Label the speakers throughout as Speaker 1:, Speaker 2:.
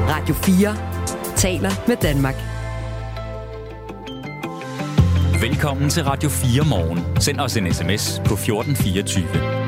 Speaker 1: Radio 4 taler med Danmark.
Speaker 2: Velkommen til Radio 4 morgen. Send os en sms på 1424.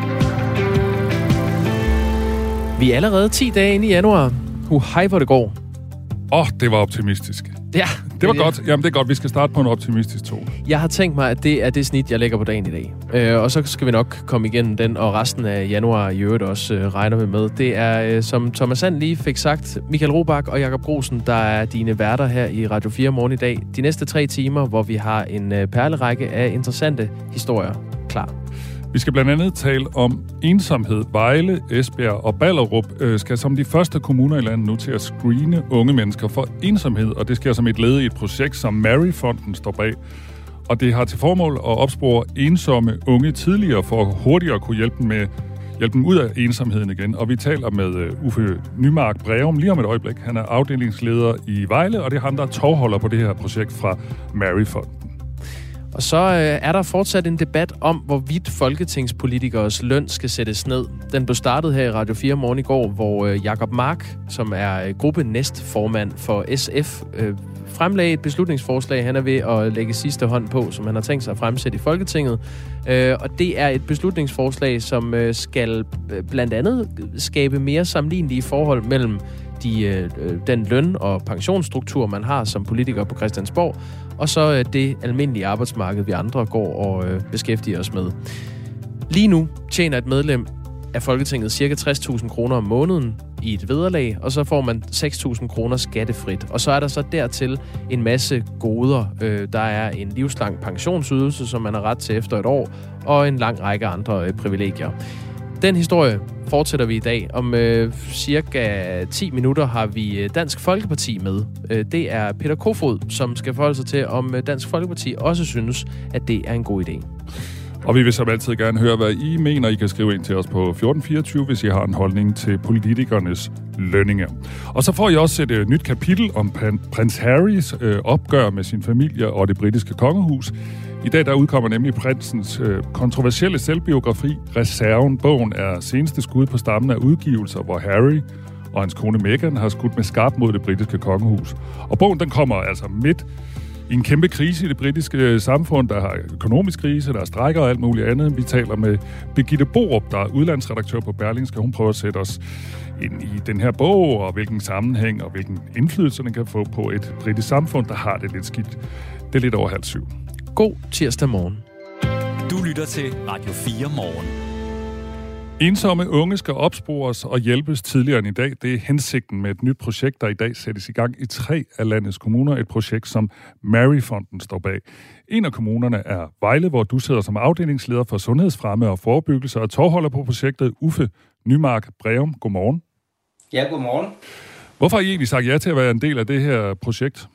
Speaker 3: Vi er allerede 10 dage inde i januar. Hej, hvor det går.
Speaker 4: Det var optimistisk.
Speaker 3: Ja.
Speaker 4: Det var godt. Jamen, det er godt. Vi skal starte på en optimistisk tone.
Speaker 3: Jeg har tænkt mig, at det er det snit, jeg lægger på dagen i dag. Og så skal vi nok komme igennem den, og resten af januar i øvrigt også regner vi med. Det er, som Thomas Sand lige fik sagt, Michael Robach og Jakob Grosen, der er dine værter her i Radio 4 morgen i dag. De næste 3 timer, hvor vi har en perlerække af interessante historier klar.
Speaker 4: Vi skal blandt andet tale om ensomhed. Vejle, Esbjerg og Ballerup skal som de første kommuner i landet nu til at screene unge mennesker for ensomhed, og det sker som et led i et projekt, som Mary-fonden står bag. Og det har til formål at opspore ensomme unge tidligere for at hurtigere kunne hjælpe dem ud af ensomheden igen. Og vi taler med Uffe Nymark Breum lige om et øjeblik. Han er afdelingsleder i Vejle, og det er ham, der er tovholder på det her projekt fra Mary-fonden.
Speaker 3: Og så er der fortsat en debat om, hvorvidt folketingspolitikeres løn skal sættes ned. Den blev startet her i Radio 4 morgen i går, hvor Jacob Mark, som er gruppenæstformand for SF, fremlagde et beslutningsforslag, han er ved at lægge sidste hånd på, som han har tænkt sig at fremsætte i Folketinget. Og det er et beslutningsforslag, som skal blandt andet skabe mere sammenlignelige forhold mellem den løn- og pensionsstruktur, man har som politiker på Christiansborg, og så det almindelige arbejdsmarked, vi andre går og beskæftiger os med. Lige nu tjener et medlem af Folketinget ca. 60.000 kroner om måneden i et vederlag, og så får man 6.000 kroner skattefrit. Og så er der så dertil en masse goder. Der er en livslang pensionsydelse, som man har ret til efter et år, og en lang række andre privilegier. Den historie fortsætter vi i dag. Om cirka 10 minutter har vi Dansk Folkeparti med. Det er Peter Kofod, som skal forholde sig til, om Dansk Folkeparti også synes, at det er en god idé.
Speaker 4: Og vi vil som altid gerne høre, hvad I mener. I kan skrive ind til os på 1424, hvis I har en holdning til politikernes lønninger. Og så får I også et nyt kapitel om prins Harrys opgør med sin familie og det britiske kongehus. I dag der udkommer nemlig prinsens kontroversielle selvbiografi, Reserven. Bogen er seneste skud på stammen af udgivelser, hvor Harry og hans kone Meghan har skudt med skarpt mod det britiske kongehus. Og bogen den kommer altså midt i en kæmpe krise i det britiske samfund. Der har økonomisk krise, der er strejker og alt muligt andet. Vi taler med Birgitte Borup, der er udlandsredaktør på Berlingske. Hun prøver at sætte os ind i den her bog, og hvilken sammenhæng og hvilken indflydelse den kan få på et britisk samfund, der har det lidt skidt. Det er lidt over 6:30.
Speaker 3: God tirsdag morgen.
Speaker 2: Du lytter til Radio 4 morgen.
Speaker 4: Ensomme unge skal opspores og hjælpes tidligere end i dag. Det er hensigten med et nyt projekt, der i dag sættes i gang i 3 af landets kommuner. Et projekt, som Mary-fonden står bag. En af kommunerne er Vejle, hvor du sidder som afdelingsleder for sundhedsfremme og forebyggelse og tovholder på projektet. Uffe Nymark Breum, godmorgen.
Speaker 5: Ja, godmorgen.
Speaker 4: Hvorfor har I egentlig sagt ja til at være en del af det her projekt?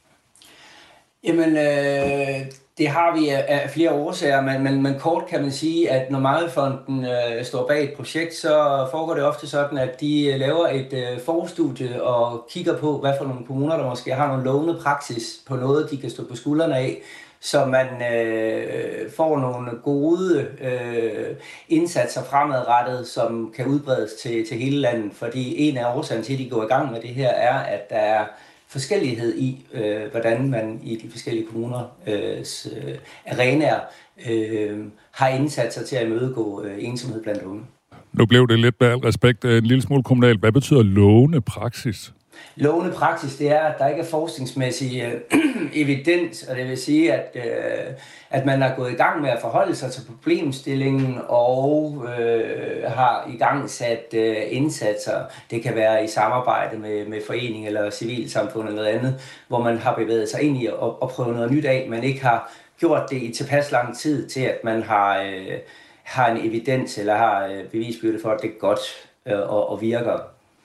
Speaker 5: Jamen, det har vi af flere årsager, men kort kan man sige, at når Mary-fonden står bag et projekt, så foregår det ofte sådan, at de laver et forstudie og kigger på, hvad for nogle kommuner, der måske har nogle lovende praksis på noget, de kan stå på skuldrene af, så man får nogle gode indsatser fremadrettet, som kan udbredes til hele landet. Fordi en af årsagerne til, at de går i gang med det her, er, at der er forskellighed i, hvordan man i de forskellige kommuners arenaer har indsatser til at imødegå ensomhed blandt unge.
Speaker 4: Nu blev det lidt med al respekt en lille smule kommunalt. Hvad betyder lovende praksis?
Speaker 5: Lovende praksis, det er, at der ikke er forskningsmæssig evidens, og det vil sige, at man er gået i gang med at forholde sig til problemstillingen og har i gang sat indsatser. Det kan være i samarbejde med forening eller civilsamfund eller noget andet, hvor man har bevæget sig ind i at prøve noget nyt af, men ikke har gjort det i tilpas lang tid til, at man har en evidens eller har bevisbyrde for, at det er godt og virker.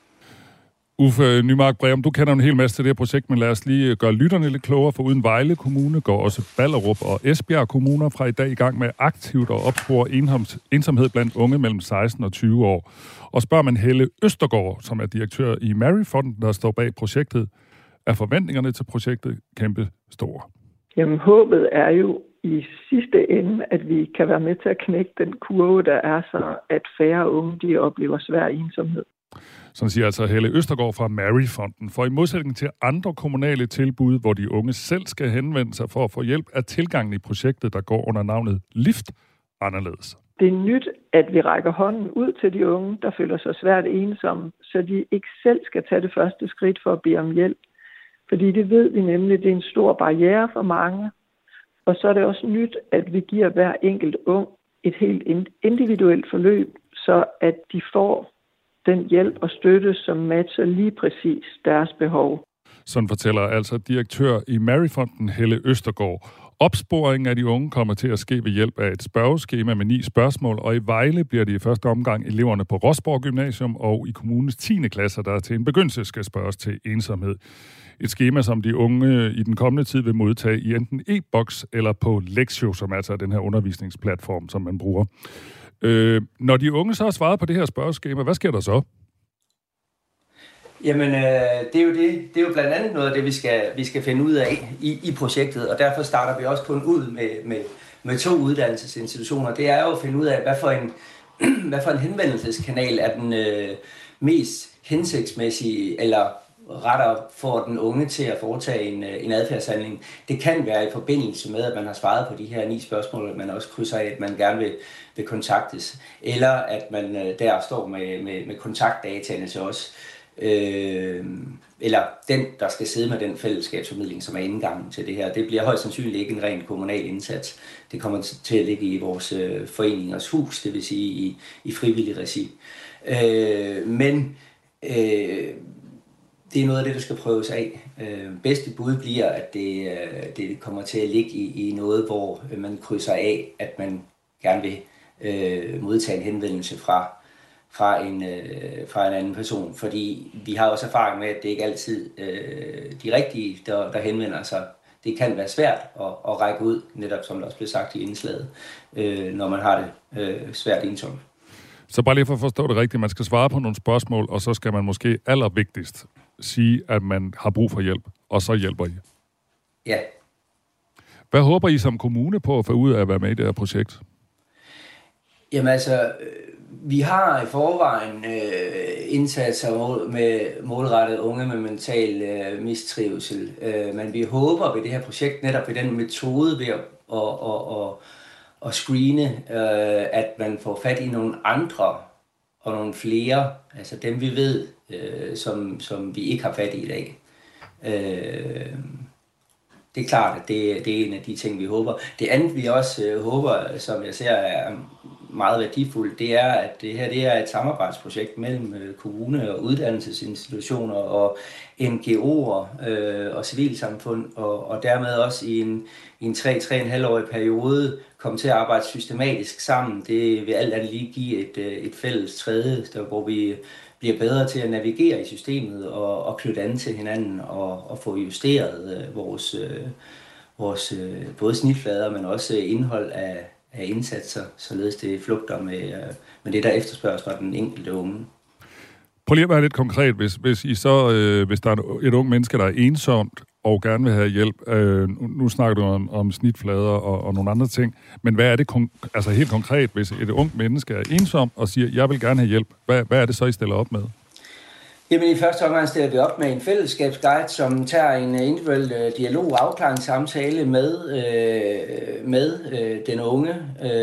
Speaker 4: Uffe Nymark Breum, du kender en hel masse til det her projekt, men lad os lige gøre lytterne lidt klogere, for uden Vejle Kommune går også Ballerup og Esbjerg Kommuner fra i dag i gang med aktivt at opspore ensomhed blandt unge mellem 16 og 20 år. Og spørger man Helle Østergaard, som er direktør i Mary-fonden, der står bag projektet, er forventningerne til projektet kæmpe store?
Speaker 6: Jamen, håbet er jo i sidste ende, at vi kan være med til at knække den kurve, der er så, at færre unge de oplever svær ensomhed.
Speaker 4: Sådan siger altså Helle Østergaard fra Mary-fonden. For i modsætning til andre kommunale tilbud, hvor de unge selv skal henvende sig for at få hjælp, er tilgangen i projektet, der går under navnet LIFT, anderledes.
Speaker 6: Det er nyt, at vi rækker hånden ud til de unge, der føler sig svært ensomme, så de ikke selv skal tage det første skridt for at bede om hjælp. Fordi det ved vi nemlig, det er en stor barriere for mange. Og så er det også nyt, at vi giver hver enkelt ung et helt individuelt forløb, så at de får den hjælp og støtte, som matcher lige præcis deres behov.
Speaker 4: Sådan fortæller altså direktør i Mary-fonden Helle Østergaard. Opsporingen af de unge kommer til at ske ved hjælp af et spørgeskema med 9 spørgsmål, og i Vejle bliver det i første omgang eleverne på Rosborg Gymnasium og i kommunens 10. klasser, der til en begyndelse skal spørges til ensomhed. Et skema, som de unge i den kommende tid vil modtage i enten e-boks eller på Lexio, som altså er den her undervisningsplatform, som man bruger. Når de unge så har svaret på det her spørgeskema, hvad sker der så?
Speaker 5: Jamen, det er jo det. Det er jo blandt andet noget af det, vi skal finde ud af i projektet, og derfor starter vi også kun ud med 2 uddannelsesinstitutioner. Det er jo at finde ud af, hvad for en henvendelseskanal er den mest hensigtsmæssige, eller rettere får den unge til at foretage en adfærdshandling. Det kan være i forbindelse med, at man har svaret på de her 9 spørgsmål, at man også krydser af, at man gerne vil kontaktes, eller at man der står med kontaktdataene til os. Eller den, der skal sidde med den fællesskabsformidling, som er indgangen til det her. Det bliver højst sandsynligt ikke en ren kommunal indsats. Det kommer til at ligge i vores foreningers hus, det vil sige i frivillig regi. Men det er noget af det, der skal prøves af. Bedste bud bliver, at det kommer til at ligge i noget, hvor man krydser af, at man gerne vil modtage en henvendelse fra en anden person. Fordi vi har også erfaring med, at det ikke altid de rigtige, der henvender sig. Det kan være svært at række ud, netop som der også blev sagt i indslaget, når man har det svært ensomt.
Speaker 4: Så bare lige for at forstå det rigtigt, man skal svare på nogle spørgsmål, og så skal man måske allervigtigst sige, at man har brug for hjælp, og så hjælper I.
Speaker 5: Ja.
Speaker 4: Hvad håber I som kommune på at få ud af at være med i det her projekt?
Speaker 5: Jamen altså, vi har i forvejen indsatser med målrettet unge med mental mistrivsel, men vi håber ved det her projekt, netop ved den metode ved at screene, at man får fat i nogle andre og nogle flere, altså dem vi ved, som vi ikke har fat i dag. Det er klart, at det er en af de ting, vi håber. Det andet, vi også håber, som jeg ser er meget værdifuldt, det er, at det her det er et samarbejdsprojekt mellem kommune og uddannelsesinstitutioner og NGO'er og civilsamfund, og dermed også i en 3,5-årig periode komme til at arbejde systematisk sammen. Det vil alt andet lige give et fælles træde, hvor vi bliver bedre til at navigere i systemet og knytte an til hinanden og få justeret vores både snitflader, men også indhold af indsatser, således det flugter med det, der efterspørges fra den enkelte unge.
Speaker 4: Prøv lige at være lidt konkret. Hvis der er et ung menneske, der er ensomt og gerne vil have hjælp, nu snakker du om snitflader og nogle andre ting, men hvad er det altså helt konkret, hvis et ung menneske er ensom og siger, jeg vil gerne have hjælp, hvad er det så, I stiller op med?
Speaker 5: Jamen i første omgang stiller vi op med en fællesskabsguide, som tager en individuel dialog og afklaringssamtale med den unge,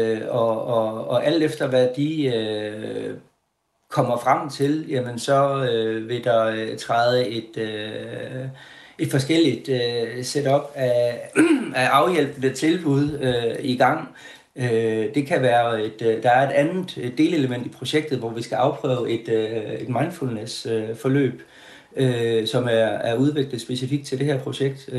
Speaker 5: og alt efter hvad de kommer frem til, jamen så vil der træde et forskelligt setup af afhjælpende tilbud i gang. Det kan være der er et andet delelement i projektet, hvor vi skal afprøve et mindfulness-forløb, som er udviklet specifikt til det her projekt.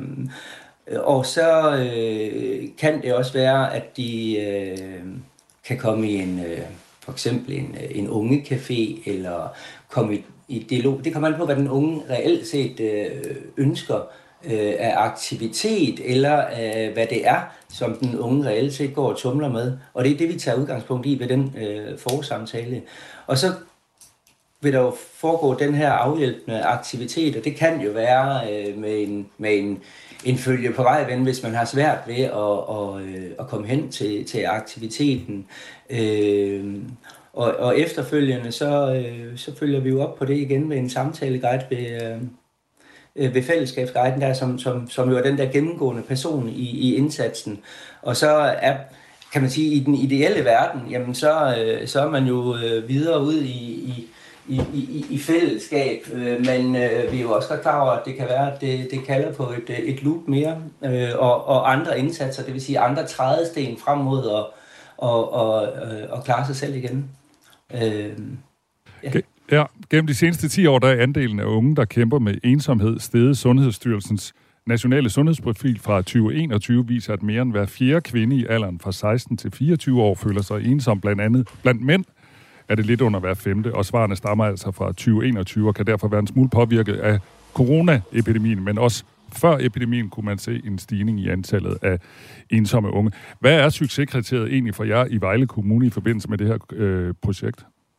Speaker 5: Og så kan det også være, at de kan komme i for eksempel en ungecafé, eller komme i dialog. Det kommer an på, hvad den unge reelt set ønsker af aktivitet, eller hvad det er, som den unge reelt set går og tumler med. Og det er det, vi tager udgangspunkt i ved den forsamtale. Og så vil der jo foregå den her afhjælpende aktivitet, og det kan jo være med en følge på vej, hvis man har svært ved at komme hen til aktiviteten. Og efterfølgende, så følger vi jo op på det igen med en samtaleguide ved fællesskabsguiden der, som jo er den der gennemgående person i indsatsen. Og så kan man sige, i den ideelle verden, jamen så er man jo videre ud i fællesskab, men vi er jo også klar over, at det kan være, at det kalder på et loop mere, og andre indsatser, det vil sige andre trædesten frem mod at klare sig selv igen.
Speaker 4: Ja, gennem de seneste 10 år, der er andelen af unge, der kæmper med ensomhed, steget. Sundhedsstyrelsens nationale sundhedsprofil fra 2021 viser, at mere end hver 4. kvinde i alderen fra 16 til 24 år føler sig ensom. Blandt mænd er det lidt under hver 5. Og svarene stammer altså fra 2021 og kan derfor være en smule påvirket af coronaepidemien, men også før epidemien kunne man se en stigning i antallet af ensomme unge. Hvad er succeskriteriet egentlig for jer i Vejle Kommune i forbindelse med det her projekt?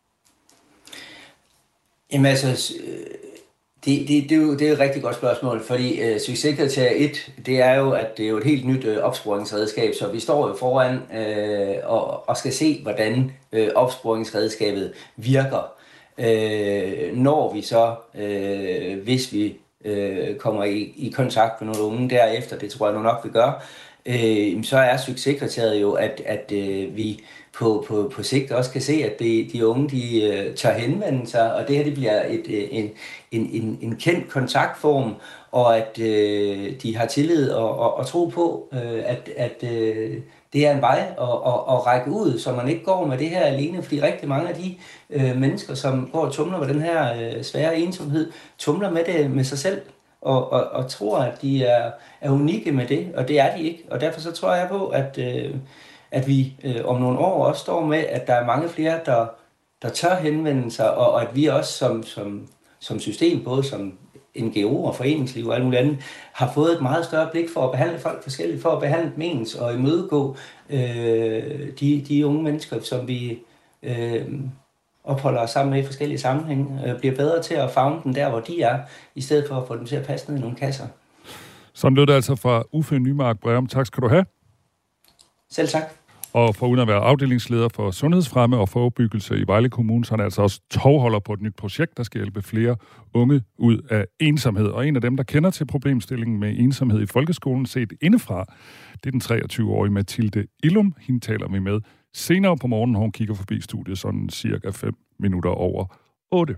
Speaker 5: Jamen altså, det er jo et rigtig godt spørgsmål, fordi succeskriterie 1, det er jo, at det er jo et helt nyt opsporingsredskab, så vi står jo foran og skal se, hvordan opsporingsredskabet virker. Når vi så, hvis vi kommer i kontakt med nogle unge derefter, det tror jeg nok vi gør, så er succeskriteriet jo, at vi på sigt også kan se, at de unge de tør henvende sig, og det her det bliver en kendt kontaktform, og at de har tillid og tro på, at det er en vej at række ud, så man ikke går med det her alene, fordi rigtig mange af de mennesker, som går og tumler med den her svære ensomhed, tumler med det med sig selv, og tror, at de er unikke med det, og det er de ikke. Og derfor så tror jeg på, at vi om nogle år også står med, at der er mange flere, der tør henvende sig, og at vi også som system, både som NGO og foreningsliv og alt muligt andet, har fået et meget større blik for at behandle folk forskelligt, for at behandle dem ens og imødegå de unge mennesker, som vi opholder os sammen med i forskellige sammenhænge, bliver bedre til at favne dem der, hvor de er, i stedet for at få dem til at passe ned i nogle kasser.
Speaker 4: Sådan lød det altså fra Uffe Nymark Breum. Tak skal du have.
Speaker 5: Selv tak.
Speaker 4: Og for uden at være afdelingsleder for sundhedsfremme og forebyggelse i Vejle Kommune, så er han altså også tovholder på et nyt projekt, der skal hjælpe flere unge ud af ensomhed. Og en af dem, der kender til problemstillingen med ensomhed i folkeskolen set indefra, det er den 23-årige Mathilde Illum. Hende taler vi med senere på morgenen, hun kigger forbi studiet sådan cirka 5 minutter over 8.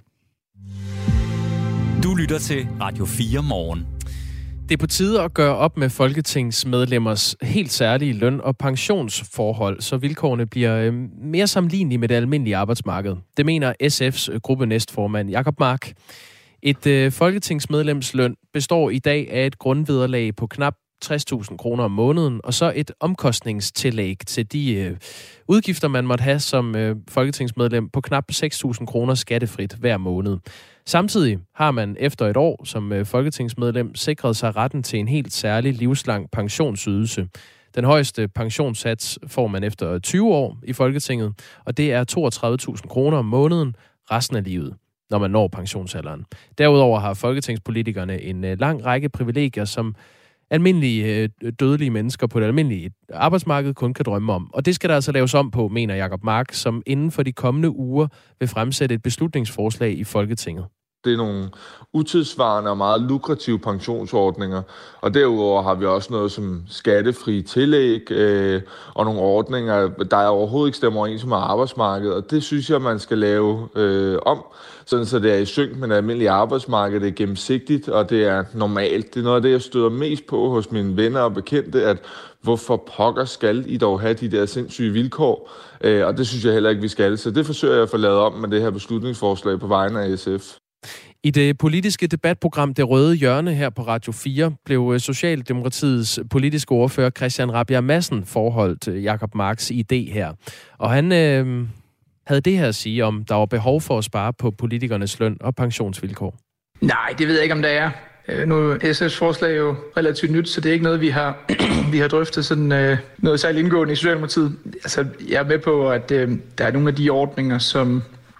Speaker 2: Du lytter til Radio 4 Morgen.
Speaker 3: Det er på tide at gøre op med folketingsmedlemmers helt særlige løn- og pensionsforhold, så vilkårene bliver mere sammenlignelige med det almindelige arbejdsmarked. Det mener SF's gruppenæstformand Jacob Mark. Et folketingsmedlems løn består i dag af et grundvederlag på knap 60.000 kroner om måneden, og så et omkostningstillæg til de udgifter, man måtte have som folketingsmedlem på knap 6.000 kroner skattefrit hver måned. Samtidig har man efter et år som folketingsmedlem sikret sig retten til en helt særlig livslang pensionsydelse. Den højeste pensionssats får man efter 20 år i Folketinget, og det er 32.000 kroner om måneden resten af livet, når man når pensionsalderen. Derudover har folketingspolitikerne en lang række privilegier, som almindelige dødelige mennesker på det almindelige arbejdsmarked kun kan drømme om. Og det skal der altså laves om på, mener Jacob Mark, som inden for de kommende uger vil fremsætte et beslutningsforslag i Folketinget.
Speaker 7: Det er nogle utidssvarende og meget lukrative pensionsordninger, og derudover har vi også noget som skattefri tillæg og nogle ordninger, der er overhovedet ikke stemmer overens med arbejdsmarkedet, og det synes jeg, man skal lave om, sådan så det er i sync med det almindelige arbejdsmarked, det er gennemsigtigt, og det er normalt. Det er noget af det, jeg støder mest på hos mine venner og bekendte, at hvorfor pokker skal I dog have de der sindssyge vilkår, og det synes jeg heller ikke, vi skal. Så det forsøger jeg at få lavet om med det her beslutningsforslag på vegne af SF.
Speaker 3: I det politiske debatprogram Det Røde Hjørne her på Radio 4 blev Socialdemokratiets politiske ordfører Christian Rabjerg Madsen forholdt Jacob Marks idé her. Og han havde det her at sige om, der var behov for at spare på politikernes løn og pensionsvilkår.
Speaker 8: Nej, det ved jeg ikke, om der er. Nu er SF's forslag jo relativt nyt, så det er ikke noget, vi har drøftet sådan noget særligt indgående i Socialdemokratiet. Altså, jeg er med på, at der er nogle af de ordninger, som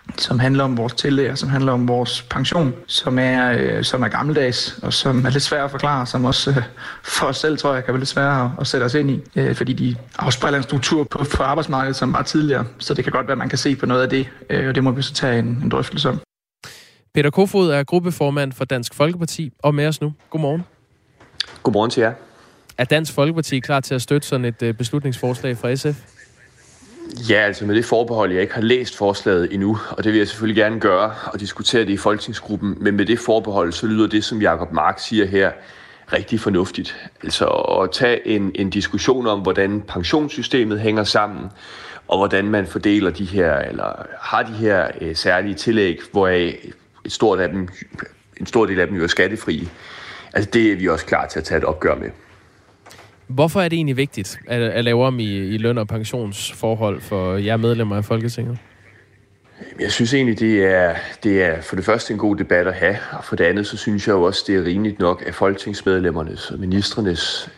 Speaker 8: som handler om vores tillæg, som handler om vores pension, som er gammeldags, og som er lidt svært at forklare, som også for os selv, tror jeg, kan være lidt svært at sætte os ind i, fordi de afspejler en struktur på arbejdsmarkedet, som var tidligere. Så det kan godt være, at man kan se på noget af det, og det må vi så tage en drøftelse om.
Speaker 3: Peter Kofod er gruppeformand for Dansk Folkeparti, og med os nu. Godmorgen.
Speaker 9: Godmorgen til jer.
Speaker 3: Er Dansk Folkeparti klar til at støtte sådan et beslutningsforslag fra SF?
Speaker 9: Ja, altså med det forbehold, jeg ikke har læst forslaget endnu, og det vil jeg selvfølgelig gerne gøre og diskutere det i folketingsgruppen, men med det forbehold, så lyder det, som Jacob Mark siger her, rigtig fornuftigt. Altså at tage en diskussion om, hvordan pensionssystemet hænger sammen, og hvordan man fordeler de her, eller har de her særlige tillæg, hvoraf en stor del af dem jo er skattefrie. Altså det er vi også klar til at tage et opgør med.
Speaker 3: Hvorfor er det egentlig vigtigt at lave om i løn- og pensionsforhold for jer medlemmer af Folketinget?
Speaker 9: Jeg synes egentlig, det er for det første en god debat at have, og for det andet, så synes jeg jo også, det er rimeligt nok, at folketingsmedlemmernes og ministrenes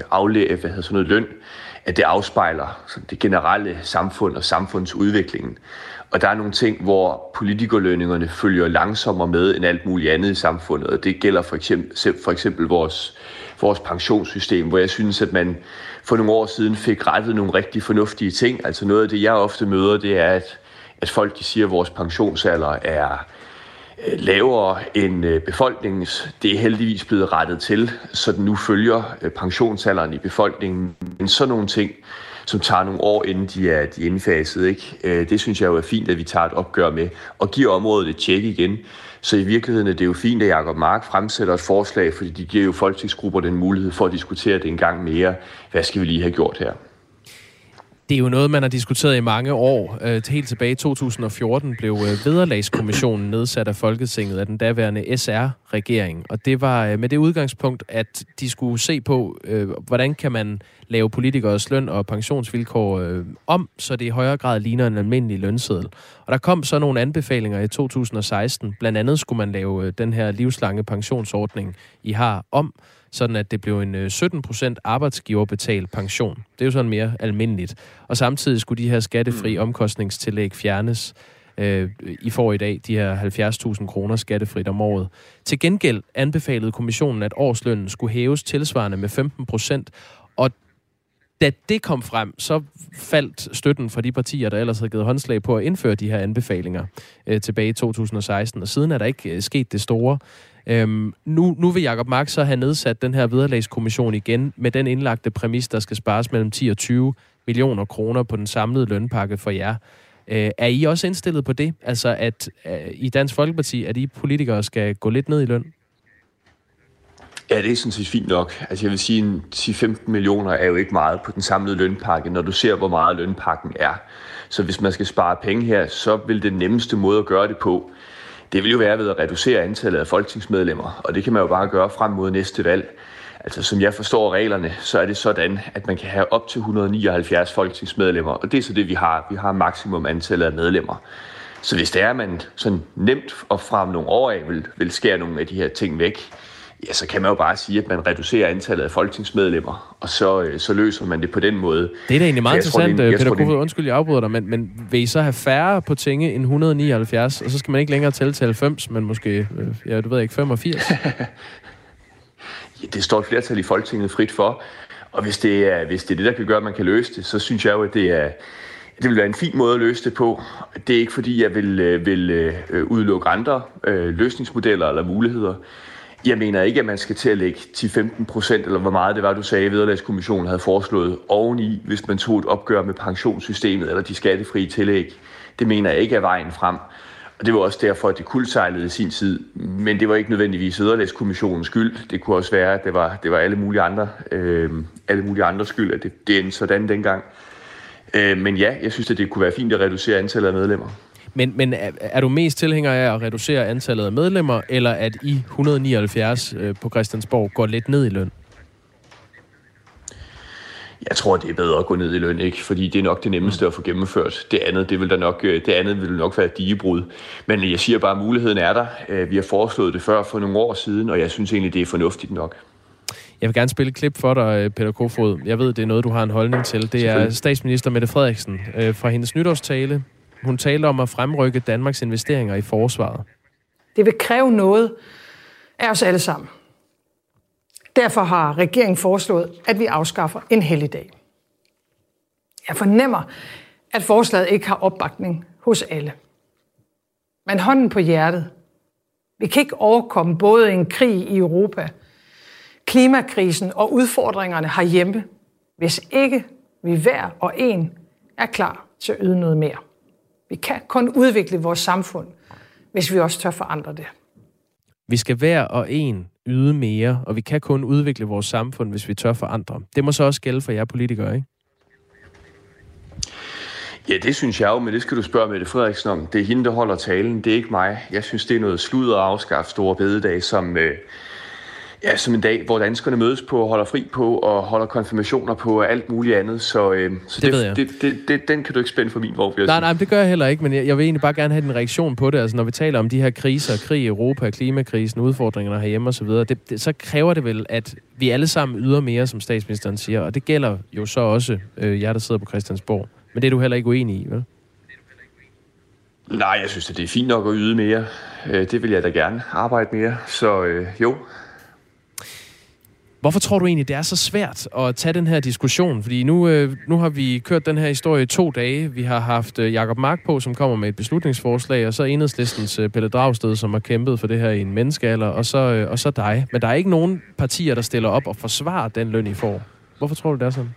Speaker 9: løn, at det afspejler det generelle samfund og samfundsudviklingen. Og der er nogle ting, hvor politikerlønningerne følger langsommere med end alt muligt andet i samfundet, og det gælder for eksempel vores pensionssystem, hvor jeg synes, at man for nogle år siden fik rettet nogle rigtig fornuftige ting. Altså noget af det, jeg ofte møder, det er, at folk de siger, at vores pensionsalder er lavere end befolkningens. Det er heldigvis blevet rettet til, så den nu følger pensionsalderen i befolkningen. Men sådan nogle ting, som tager nogle år, inden de er indfaset, ikke? Det synes jeg jo er fint, at vi tager et opgør med og giver området et tjek igen. Så i virkeligheden er det jo fint, at Jacob Mark fremsætter et forslag, fordi de giver jo folketingsgrupper den mulighed for at diskutere det en gang mere. Hvad skal vi lige have gjort her?
Speaker 3: Det er jo noget, man har diskuteret i mange år. Helt tilbage i 2014 blev Vederlagskommissionen nedsat af Folketinget af den daværende SR-regering. Og det var med det udgangspunkt, at de skulle se på, hvordan kan man lave politikeres løn- og pensionsvilkår om, så det i højere grad ligner en almindelig lønseddel. Og der kom så nogle anbefalinger i 2016. Blandt andet skulle man lave den her livslange pensionsordning, I har om, sådan at det blev en 17% arbejdsgiverbetalt pension. Det er jo sådan mere almindeligt. Og samtidig skulle de her skattefri omkostningstillæg fjernes. I får i dag de her 70.000 kroner skattefrit om året. Til gengæld anbefalede kommissionen, at årslønnen skulle hæves tilsvarende med 15%. Og da det kom frem, så faldt støtten fra de partier, der ellers havde givet håndslag på at indføre de her anbefalinger tilbage i 2016. Og siden er der ikke sket det store. Nu vil Jacob Mark så have nedsat den her vederlagskommission igen med den indlagte præmis, der skal spares mellem 10 og 20 millioner kroner på den samlede lønpakke for jer. Er I også indstillet på det? Altså at i Dansk Folkeparti, at I politikere skal gå lidt ned i løn?
Speaker 9: Ja, det er sådan set fint nok. Altså jeg vil sige, 10-15 millioner er jo ikke meget på den samlede lønpakke, når du ser, hvor meget lønpakken er. Så hvis man skal spare penge her, så vil det nemmeste måde at gøre det på, det vil jo være ved at reducere antallet af folketingsmedlemmer, og det kan man jo bare gøre frem mod næste valg. Altså som jeg forstår reglerne, så er det sådan, at man kan have op til 179 folketingsmedlemmer, og det er så det, vi har. Vi har maksimum antallet af medlemmer. Så hvis det er, at man sådan nemt og frem nogle år af vil skære nogle af de her ting væk, ja, så kan man jo bare sige, at man reducerer antallet af folketingsmedlemmer, og så løser man det på den måde.
Speaker 3: Det er da egentlig meget interessant, Peter Kofod. Undskyld, jeg afbryder dig, men vil I så have færre på tinge end 179, og så skal man ikke længere tælle til 90, men måske, du ved ikke, 85?
Speaker 9: Ja, det står et flertal i Folketinget frit for, og hvis det er det, der kan gøre, at man kan løse det, så synes jeg jo, at det vil være en fin måde at løse det på. Det er ikke fordi, jeg vil udelukke andre løsningsmodeller eller muligheder. Jeg mener ikke, at man skal til at lægge 10-15%, eller hvor meget det var, du sagde, Vederlagskommissionen havde foreslået oveni, hvis man tog et opgør med pensionssystemet eller de skattefrie tillæg. Det mener jeg ikke er vejen frem. Og det var også derfor, at det kuldsejlede i sin tid. Men det var ikke nødvendigvis Vederlagskommissionens skyld. Det kunne også være, at det var alle mulige andre skyld, at det endte sådan dengang. Men ja, jeg synes, at det kunne være fint at reducere antallet af medlemmer.
Speaker 3: Men er du mest tilhænger af at reducere antallet af medlemmer, eller at I 179 på Christiansborg går lidt ned i løn?
Speaker 9: Jeg tror, det er bedre at gå ned i løn, ikke? Fordi det er nok det nemmeste at få gennemført. Det andet vil nok være et digebrud. Men jeg siger bare, at muligheden er der. Vi har foreslået det før for nogle år siden, og jeg synes egentlig, det er fornuftigt nok.
Speaker 3: Jeg vil gerne spille et klip for dig, Peter Kofod. Jeg ved, det er noget, du har en holdning til. Det er statsminister Mette Frederiksen fra hendes nytårstale Hun talte om at fremrykke Danmarks investeringer i forsvaret.
Speaker 10: Det vil kræve noget af os alle sammen. Derfor har regeringen foreslået, at vi afskaffer en helligdag. Jeg fornemmer, at forslaget ikke har opbakning hos alle. Men hånden på hjertet. Vi kan ikke overkomme både en krig i Europa, klimakrisen og udfordringerne herhjemme, hvis ikke vi hver og en er klar til at yde noget mere. Vi kan kun udvikle vores samfund, hvis vi også tør forandre det.
Speaker 3: Vi skal hver og en yde mere, og vi kan kun udvikle vores samfund, hvis vi tør forandre. Det må så også gælde for jer politikere, ikke?
Speaker 9: Ja, det synes jeg jo, men det skal du spørge Mette Frederiksen om. Det er hende, der holder talen, det er ikke mig. Jeg synes, det er noget sludder at afskaffe store bededag som en dag, hvor danskerne mødes på, holder fri på og holder konfirmationer på og alt muligt andet. Så den kan du ikke spænde for min vogn.
Speaker 3: Nej, det gør jeg heller ikke, men jeg vil egentlig bare gerne have en reaktion på det. Altså, når vi taler om de her kriser, krig i Europa, klimakrisen, udfordringerne herhjemme osv., så kræver det vel, at vi alle sammen yder mere, som statsministeren siger, og det gælder jo så også jer, der sidder på Christiansborg. Men det er du heller ikke uenig i, vel?
Speaker 9: Nej, jeg synes, at det er fint nok at yde mere. Det vil jeg da gerne arbejde mere, så jo.
Speaker 3: Hvorfor tror du egentlig, det er så svært at tage den her diskussion? Fordi nu har vi kørt den her historie i 2 dage. Vi har haft Jacob Mark på, som kommer med et beslutningsforslag, og så Enhedslistens Pelle Dragsted, som har kæmpet for det her i en menneskealder, og så dig. Men der er ikke nogen partier, der stiller op og forsvarer den løn, I får. Hvorfor tror du, det er sådan?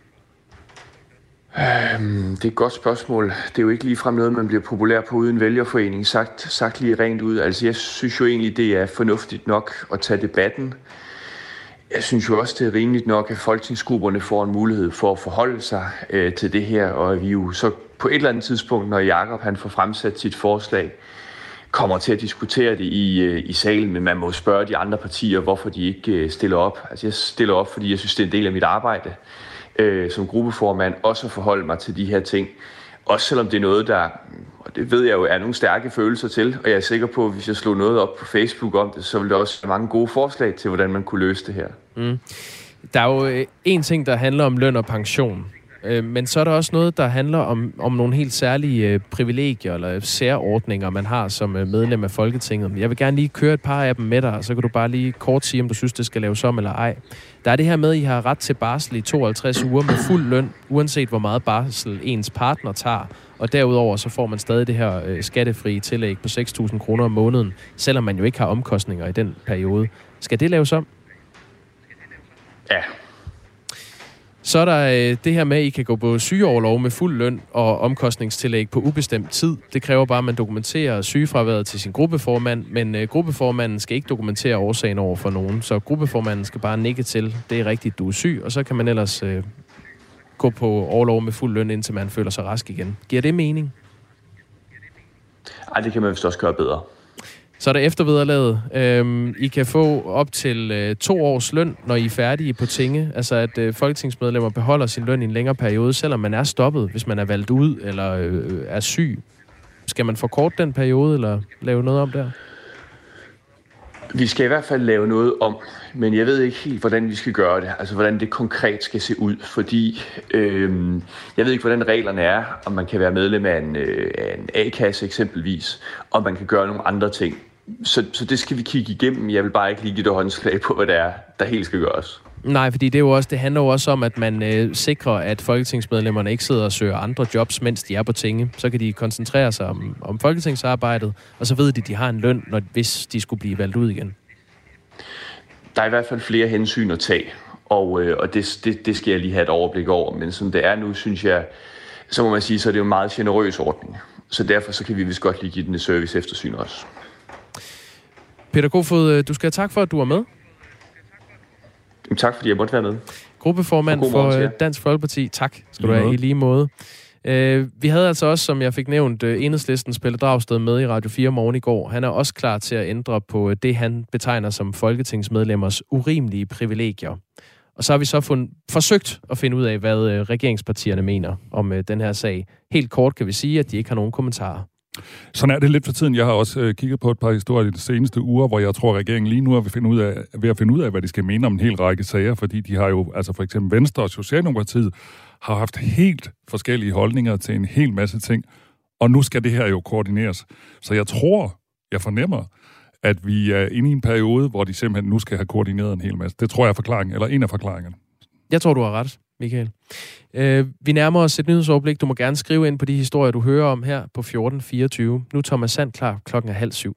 Speaker 9: Det er et godt spørgsmål. Det er jo ikke ligefrem noget, man bliver populær på uden vælgerforening. Sagt lige rent ud. Altså, jeg synes jo egentlig, det er fornuftigt nok at tage debatten. Jeg synes jo også, det er rimeligt nok, at folketingsgrupperne får en mulighed for at forholde sig til det her, og vi jo så på et eller andet tidspunkt, når Jacob han får fremsat sit forslag, kommer til at diskutere det i salen, men man må spørge de andre partier, hvorfor de ikke stiller op. Altså, jeg stiller op, fordi jeg synes, det er en del af mit arbejde som gruppeformand, også at forholde mig til de her ting. Også selvom det er noget, der, og det ved jeg jo, er nogle stærke følelser til, og jeg er sikker på, at hvis jeg slog noget op på Facebook om det, så ville der også være mange gode forslag til, hvordan man kunne løse det her. Mm.
Speaker 3: Der er jo en ting, der handler om løn og pension, men så er der også noget, der handler om nogle helt særlige privilegier eller særordninger, man har som medlem af Folketinget. Jeg vil gerne lige køre et par af dem med dig, så kan du bare lige kort sige, om du synes, det skal laves om eller ej. Der er det her med, at I har ret til barsel i 52 uger med fuld løn, uanset hvor meget barsel ens partner tager. Og derudover så får man stadig det her skattefrie tillæg på 6.000 kroner om måneden, selvom man jo ikke har omkostninger i den periode. Skal det laves om?
Speaker 9: Ja.
Speaker 3: Så er der det her med, at I kan gå på sygeorlov med fuld løn og omkostningstillæg på ubestemt tid. Det kræver bare, at man dokumenterer sygefraværet til sin gruppeformand, men gruppeformanden skal ikke dokumentere årsagen over for nogen. Så gruppeformanden skal bare nikke til, det er rigtigt, du er syg, og så kan man ellers gå på orlov med fuld løn, indtil man føler sig rask igen. Giver det mening?
Speaker 9: Ej, det kan man vist også gøre bedre.
Speaker 3: Så er der eftervederlaget. I kan få op til 2 års løn, når I er færdige på tinge. Altså at folketingsmedlemmer beholder sin løn i en længere periode, selvom man er stoppet, hvis man er valgt ud eller er syg. Skal man forkorte den periode, eller lave noget om der?
Speaker 9: Vi skal i hvert fald lave noget om, men jeg ved ikke helt, hvordan vi skal gøre det. Altså, hvordan det konkret skal se ud, fordi jeg ved ikke, hvordan reglerne er, om man kan være medlem af en A-kasse eksempelvis, og man kan gøre nogle andre ting. Så det skal vi kigge igennem. Jeg vil bare ikke lige give det håndslag på, hvad det er, der helt skal gøres.
Speaker 3: Nej, fordi det handler jo også om, at man sikrer, at folketingsmedlemmerne ikke sidder og søger andre jobs, mens de er på tinge. Så kan de koncentrere sig om folketingsarbejdet, og så ved de har en løn, hvis de skulle blive valgt ud igen.
Speaker 9: Der er i hvert fald flere hensyn at tage, og det skal jeg lige have et overblik over. Men som det er nu, synes jeg, så må man sige, så er det jo en meget generøs ordning. Så derfor så kan vi vist godt lige give den et service eftersyn også.
Speaker 3: Peter Kofod, du skal have tak for, at du var med.
Speaker 9: Tak fordi jeg måtte være med.
Speaker 3: Gruppeformand for Dansk Folkeparti. Tak skal du have i lige måde. Vi havde altså også, som jeg fik nævnt, Enhedslistens Pelle Dragsted med i Radio 4 morgen i går. Han er også klar til at ændre på det, han betegner som folketingsmedlemmers urimelige privilegier. Og så har vi så forsøgt at finde ud af, hvad regeringspartierne mener om den her sag. Helt kort kan vi sige, at de ikke har nogen kommentarer.
Speaker 4: Sådan er det lidt for tiden. Jeg har også kigget på et par historier i de seneste uger, hvor jeg tror, at regeringen lige nu er ved at finde ud af, hvad de skal mene om en hel række sager, fordi de har jo, altså for eksempel Venstre og Socialdemokratiet, har haft helt forskellige holdninger til en hel masse ting. Og nu skal det her jo koordineres. Så jeg fornemmer, at vi er inde i en periode, hvor de simpelthen nu skal have koordineret en hel masse. Det tror jeg er forklaringen, eller en af forklaringerne.
Speaker 3: Jeg tror, du har ret, Michael. Vi nærmer os et nyhedsoverblik. Du må gerne skrive ind på de historier, du hører om her på 1424. Nu er Thomas Sand klar 6:30.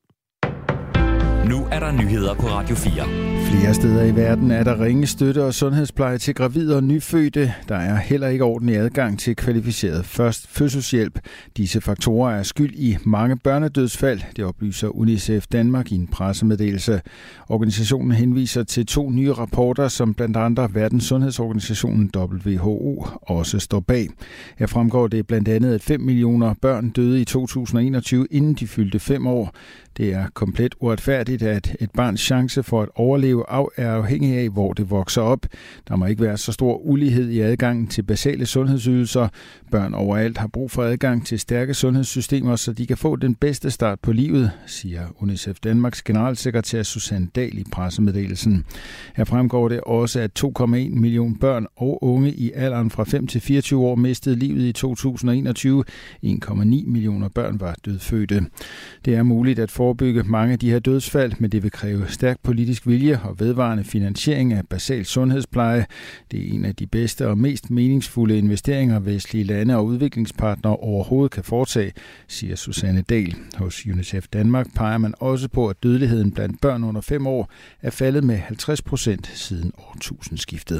Speaker 2: Nu er der nyheder på Radio 4.
Speaker 11: Flere steder i verden er der ringe støtte og sundhedspleje til gravide og nyfødte. Der er heller ikke ordentlig adgang til kvalificeret fødselshjælp. Disse faktorer er skyld i mange børnedødsfald, det oplyser UNICEF Danmark i en pressemeddelelse. Organisationen henviser til 2 nye rapporter, som blandt andre Verdens Sundhedsorganisationen WHO også står bag. Her fremgår det blandt andet, at 5 millioner børn døde i 2021, inden de fyldte 5 år. Det er komplet uretfærdigt, at et barns chance for at overleve er afhængig af, hvor det vokser op. Der må ikke være så stor ulighed i adgangen til basale sundhedsydelser. Børn overalt har brug for adgang til stærke sundhedssystemer, så de kan få den bedste start på livet, siger UNICEF Danmarks generalsekretær Susanne Dahl i pressemeddelelsen. Her fremgår det også, at 2,1 million børn og unge i alderen fra 5 til 24 år mistede livet i 2021. 1,9 millioner børn var dødfødte. Det er muligt at forebygge mange af de her dødsfald, men det vil kræve stærk politisk vilje og vedvarende finansiering af basal sundhedspleje. Det er en af de bedste og mest meningsfulde investeringer, vestlige lande og udviklingspartnere overhovedet kan foretage, siger Susanne Dahl. Hos UNICEF Danmark peger man også på, at dødeligheden blandt børn under 5 år er faldet med 50% siden årtusindskiftet.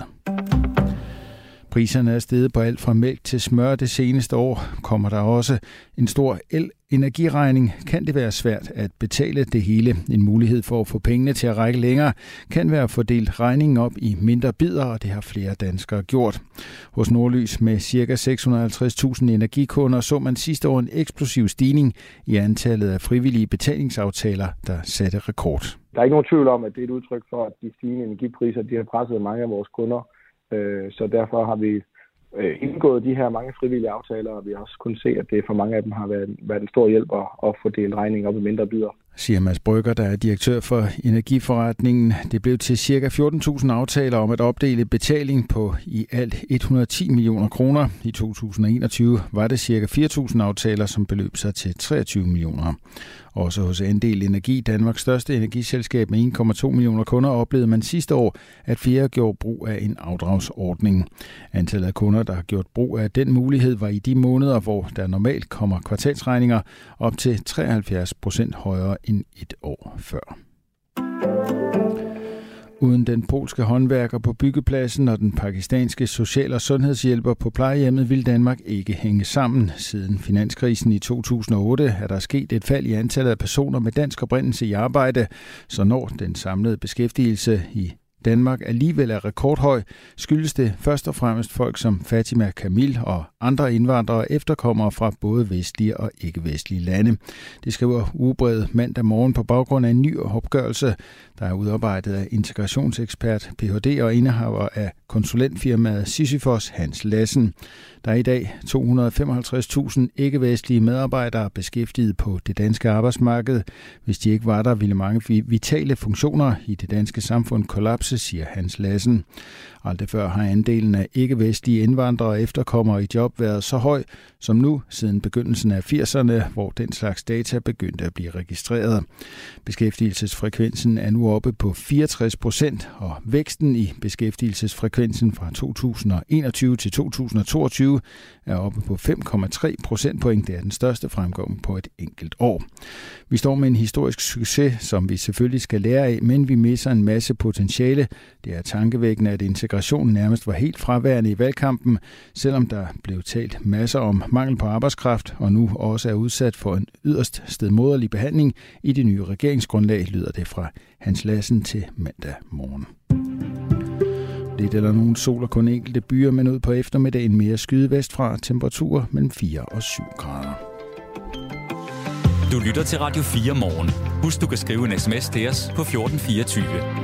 Speaker 11: Priserne er steget på alt fra mælk til smør det seneste år. Kommer der også en stor energiregning, kan det være svært at betale det hele. En mulighed for at få pengene til at række længere kan være at fordele regningen op i mindre bidder, og det har flere danskere gjort. Hos Nordlys med ca. 650.000 energikunder så man sidste år en eksplosiv stigning i antallet af frivillige betalingsaftaler, der satte rekord.
Speaker 12: Der er ikke nogen tvivl om, at det er et udtryk for, at de stigende energipriser de har presset mange af vores kunder. Så derfor har vi indgået de her mange frivillige aftaler, og vi har også kunnet se, at det for mange af dem har været en stor hjælp at få delt regningen op i mindre bidder.
Speaker 11: Siger Mads Brygger, der er direktør for energiforretningen. Det blev til ca. 14.000 aftaler om at opdele betaling på i alt 110 millioner kroner. I 2021 var det ca. 4.000 aftaler, som beløb sig til 23 millioner. Også hos Andel Energi, Danmarks største energiselskab med 1,2 millioner kunder, oplevede man sidste år, at flere gjorde brug af en afdragsordning. Antallet af kunder, der har gjort brug af den mulighed, var i de måneder, hvor der normalt kommer kvartalsregninger, op til 73% højere end et år før. Uden den polske håndværker på byggepladsen og den pakistanske social- og sundhedshjælper på plejehjemmet vil Danmark ikke hænge sammen. Siden finanskrisen i 2008 er der sket et fald i antallet af personer med dansk oprindelse i arbejde, så når den samlede beskæftigelse i Danmark alligevel er rekordhøj, skyldes det først og fremmest folk som Fatima Kamil og andre indvandrere efterkommere fra både vestlige og ikke-vestlige lande. Det skriver Ugebrevet mandag morgen på baggrund af en ny opgørelse, der er udarbejdet af integrationsekspert, Ph.D. og indehaver af konsulentfirmaet Sisyfos, Hans Lassen. Der er i dag 255.000 ikke-vestlige medarbejdere beskæftiget på det danske arbejdsmarked. Hvis de ikke var der, ville mange vitale funktioner i det danske samfund kollapse, siger Hans Lassen. Aldrig før har andelen af ikke-vestlige indvandrere og efterkommere i job været så høj som nu, siden begyndelsen af 80'erne, hvor den slags data begyndte at blive registreret. Beskæftigelsesfrekvensen er nu oppe på 64%, og væksten i beskæftigelsesfrekvensen fra 2021 til 2022 er oppe på 5,3 procentpoint. Det er den største fremgang på et enkelt år. Vi står med en historisk succes, som vi selvfølgelig skal lære af, men vi misser en masse potentiale. Det er tankevækkende, at integrationen nærmest var helt fraværende i valgkampen, selvom der blev talt masser om mangel på arbejdskraft, og nu også er udsat for en yderst stedmoderlig behandling i det nye regeringsgrundlag, lyder det fra Hans Lassen til mandag morgen. Lidt eller nogen sol og kun enkelte byer, men ud på eftermiddagen mere skyde vestfra, temperaturer mellem 4 og 7 grader.
Speaker 2: Du lytter til Radio 4 morgen. Husk, du kan skrive en sms til os på 1424.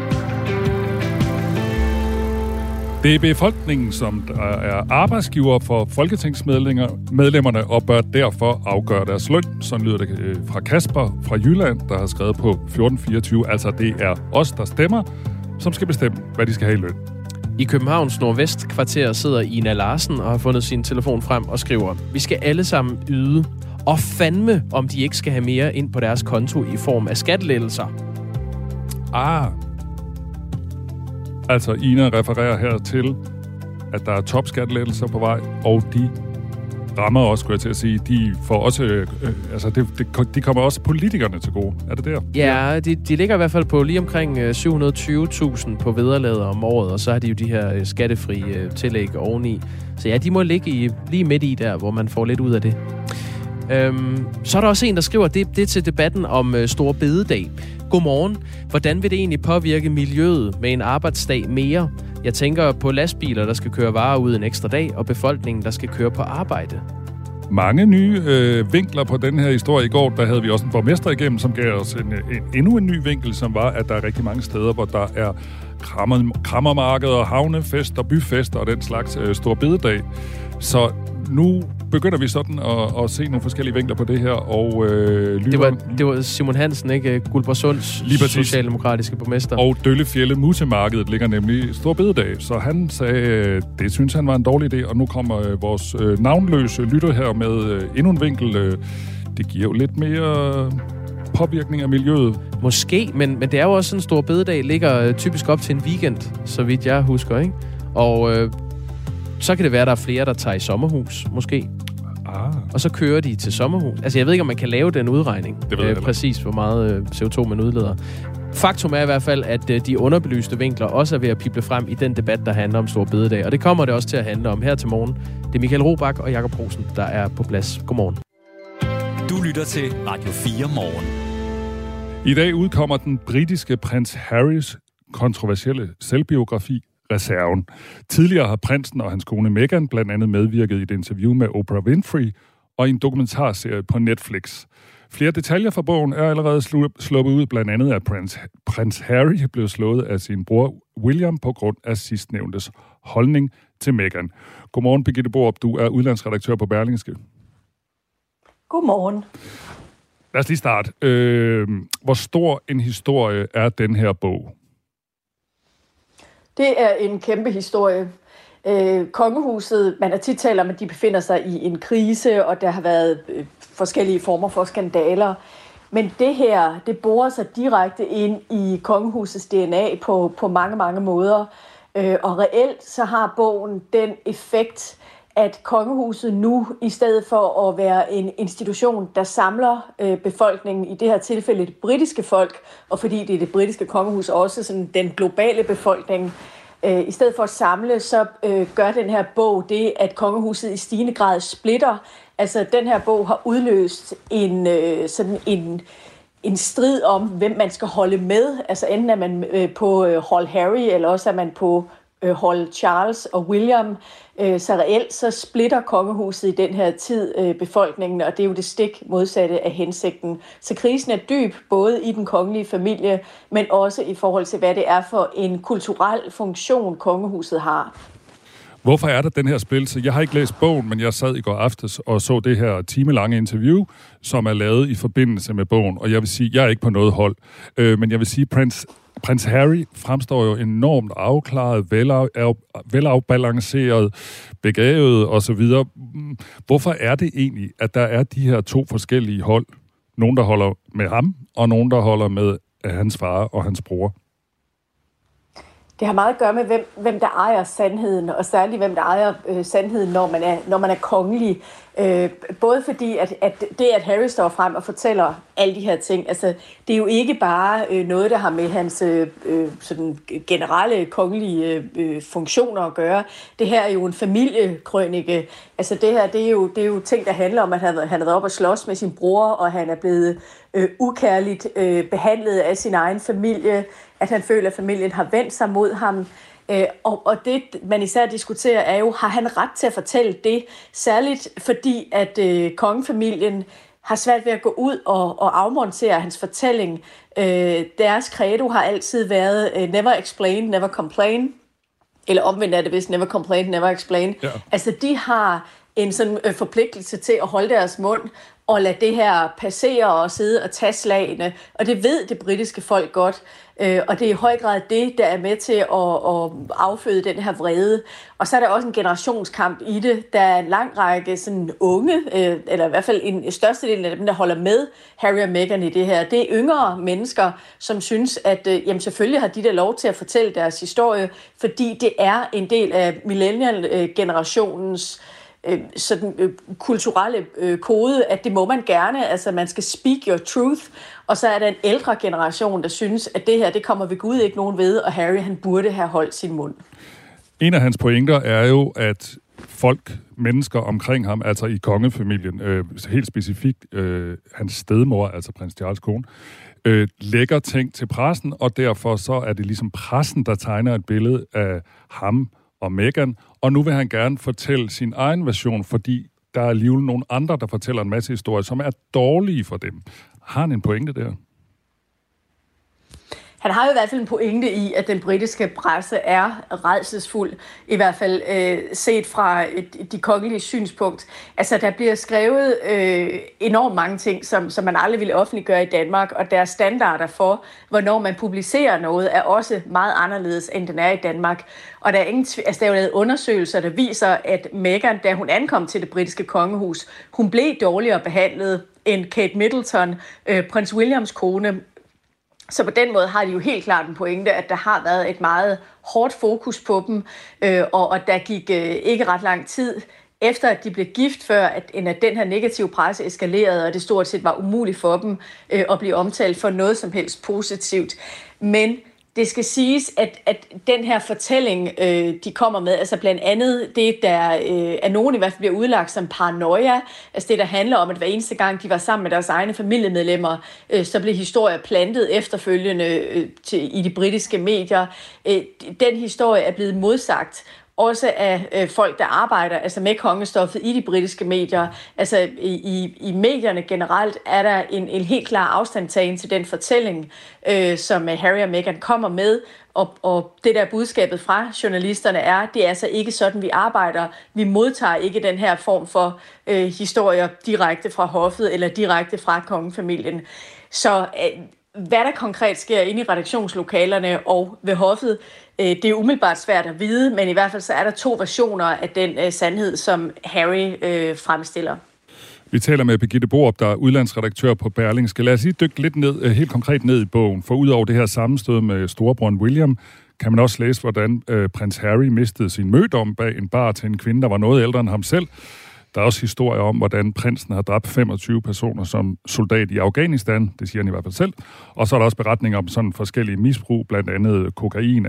Speaker 4: Det er befolkningen, som er arbejdsgiver for folketingsmedlemmerne og bør derfor afgøre deres løn. Sådan lyder det fra Kasper fra Jylland, der har skrevet på 1424. Altså, det er os, der stemmer, som skal bestemme, hvad de skal have i løn.
Speaker 3: I Københavns Nordvestkvarter sidder Ina Larsen og har fundet sin telefon frem og skriver: Vi skal alle sammen yde, Og fandme, om de ikke skal have mere ind på deres konto i form af skattelettelser.
Speaker 4: Altså, Ina refererer her til, at der er topskattelettelser på vej, og de rammer også, skulle jeg til at sige, de får også, de kommer også politikerne til gode. Er det der?
Speaker 3: Ja, de ligger i hvert fald på lige omkring 720.000 på vederlaget om året, og så har de jo de her skattefri tillæg oveni. Så ja, de må ligge lige midt i der, hvor man får lidt ud af det. Så er der også en, der skriver, det til debatten om Store Bededag. Godmorgen. Hvordan vil det egentlig påvirke miljøet med en arbejdsdag mere? Jeg tænker på lastbiler, der skal køre varer ud en ekstra dag, og befolkningen, der skal køre på arbejde.
Speaker 4: Mange nye vinkler på den her historie. I går, der havde vi også en borgmester igennem, som gav os endnu en ny vinkel, som var, at der er rigtig mange steder, hvor der er krammermarkeder, havnefester, byfester og den slags Store Bededag. Så nu begynder vi sådan at se nogle forskellige vinkler på det her, og
Speaker 3: det var Simon Hansen, ikke? Guldborgsunds socialdemokratiske borgmester.
Speaker 4: Og Døllefjelde Musemarkedet ligger nemlig i Store Bededag, så han sagde, det synes han var en dårlig idé, og nu kommer vores navnløse lytter her med endnu en vinkel. Det giver jo lidt mere påvirkning af miljøet.
Speaker 3: Måske, men det er jo også sådan, en Store Bededag ligger typisk op til en weekend, så vidt jeg husker, ikke? Og så kan det være, at der er flere, der tager i sommerhus, måske. Og så kører de til sommerhus. Altså, jeg ved ikke, om man kan lave den udregning. Præcis, hvor meget CO2 man udleder. Faktum er i hvert fald, at de underbelyste vinkler også er ved at pible frem i den debat, der handler om Store Bededag. Og det kommer det også til at handle om her til morgen. Det er Michael Robach og Jakob Rosen, der er på plads. Godmorgen.
Speaker 2: Du lytter til Radio 4 Morgen.
Speaker 4: I dag udkommer den britiske prins Harrys kontroversielle selvbiografi, Reserven. Tidligere har prinsen og hans kone Meghan blandt andet medvirket i et interview med Oprah Winfrey og i en dokumentarserie på Netflix. Flere detaljer fra bogen er allerede sluppet ud, blandt andet at prins Harry blev slået af sin bror William på grund af sidstnævntes holdning til Meghan. Godmorgen, Birgitte Borup. Du er udlandsredaktør på Berlingske.
Speaker 13: Godmorgen.
Speaker 4: Lad os lige starte. Hvor stor en historie er den her bog?
Speaker 13: Det er en kæmpe historie. Kongehuset, man har tit talt om, at de befinder sig i en krise, og der har været forskellige former for skandaler. Men det her, det borer sig direkte ind i kongehusets DNA på mange, mange måder. Og reelt så har bogen den effekt, at kongehuset nu, i stedet for at være en institution, der samler befolkningen, i det her tilfælde det britiske folk, og fordi det er det britiske kongehus også sådan den globale befolkning, i stedet for at samle, så gør den her bog det, at kongehuset i stigende grad splitter. Altså, den her bog har udløst en strid om, hvem man skal holde med. Altså, enten er man på hold Harry, eller også er man på hold Charles og William. Så reelt så splitter kongehuset i den her tid befolkningen, og det er jo det stik modsatte af hensigten. Så krisen er dyb, både i den kongelige familie, men også i forhold til, hvad det er for en kulturel funktion, kongehuset har.
Speaker 4: Hvorfor er der den her splittelse? Jeg har ikke læst bogen, men jeg sad i går aftes og så det her timelange interview, som er lavet i forbindelse med bogen. Og jeg vil sige, jeg er ikke på noget hold, men jeg vil sige, Prins Harry fremstår jo enormt afklaret, velafbalanceret, begavet osv. Hvorfor er det egentlig, at der er de her to forskellige hold? Nogen, der holder med ham, og nogen, der holder med hans far og hans bror?
Speaker 13: Det har meget at gøre med, hvem der ejer sandheden, og særligt hvem der ejer sandheden, når man er kongelig. Både fordi, at det, at Harry står frem og fortæller alle de her ting, altså, det er jo ikke bare noget, der har med hans sådan generelle kongelige funktioner at gøre. Det her er jo en familiekrønike. Altså, det her, det er jo ting, der handler om, at han har været op og slås med sin bror, og han er blevet ukærligt behandlet af sin egen familie, at han føler, at familien har vendt sig mod ham. Og det, man især diskuterer, er jo, har han ret til at fortælle det? Særligt fordi, at kongefamilien har svært ved at gå ud og afmontere hans fortælling. Deres credo har altid været never explain, never complain. Eller omvendt er det vist never complain, never explain. Ja. Altså, de har en sådan forpligtelse til at holde deres mund, at lade det her passere og sidde og tage slagene. Og det ved det britiske folk godt. Og det er i høj grad det, der er med til at afføde den her vrede. Og så er der også en generationskamp i det. Der er en lang række sådan unge, eller i hvert fald en størstedel af dem, der holder med Harry og Meghan i det her. Det er yngre mennesker, som synes, at jamen selvfølgelig har de der lov til at fortælle deres historie, fordi det er en del af millennial-generationens sådan kulturelle kode, at det må man gerne, altså man skal speak your truth, og så er der en ældre generation, der synes, at det her, det kommer ved Gud ikke nogen ved, og Harry, han burde have holdt sin mund.
Speaker 4: En af hans pointer er jo, at mennesker omkring ham, altså i kongefamilien, helt specifikt hans stedmor, altså prins Charles' kone, lægger ting til pressen, og derfor så er det ligesom pressen, der tegner et billede af ham og Meghan, og nu vil han gerne fortælle sin egen version, fordi der er alligevel nogle andre, der fortæller en masse historier, som er dårlige for dem. Har han en pointe der?
Speaker 13: Han har jo i hvert fald en pointe i, at den britiske presse er rædselsfuld, i hvert fald set fra de kongelige synspunkt. Altså, der bliver skrevet enormt mange ting, som man aldrig ville offentliggøre i Danmark, og deres standarder for, hvornår man publicerer noget, er også meget anderledes, end den er i Danmark. Og der er der er jo lavet undersøgelser, der viser, at Meghan, da hun ankom til det britiske kongehus, hun blev dårligere behandlet end Kate Middleton, prins Williams kone. Så på den måde har de jo helt klart en pointe, at der har været et meget hårdt fokus på dem, og der gik ikke ret lang tid efter, at de blev gift, før at den her negative presse eskalerede, og det stort set var umuligt for dem at blive omtalt for noget som helst positivt. Men det skal siges, at den her fortælling, de kommer med, altså blandt andet det, der er nogen i hvert fald bliver udlagt som paranoia, altså det, der handler om, at hver eneste gang, de var sammen med deres egne familiemedlemmer, så blev historier plantet efterfølgende i de britiske medier. Den historie er blevet modsagt, også af folk, der arbejder altså med kongestoffet i de britiske medier. Altså i medierne generelt er der en helt klar afstandtagen til den fortælling, som Harry og Meghan kommer med. Og det der budskabet fra journalisterne er, det er altså ikke sådan, vi arbejder. Vi modtager ikke den her form for historier direkte fra hoffet eller direkte fra kongefamilien. Så hvad der konkret sker inde i redaktionslokalerne og ved hoffet, det er umiddelbart svært at vide, men i hvert fald så er der 2 versioner af den sandhed, som Harry fremstiller.
Speaker 4: Vi taler med Birgitte Borup, der er udlandsredaktør på Berlingske. Lad os lige dykke lidt ned, helt konkret ned i bogen, for udover det her sammenstød med storebroren William, kan man også læse, hvordan prins Harry mistede sin mødom bag en bar til en kvinde, der var noget ældre end ham selv. Der er også historier om, hvordan prinsen har dræbt 25 personer som soldat i Afghanistan. Det siger han i hvert fald selv. Og så er der også beretninger om sådan forskellige misbrug, blandt andet kokain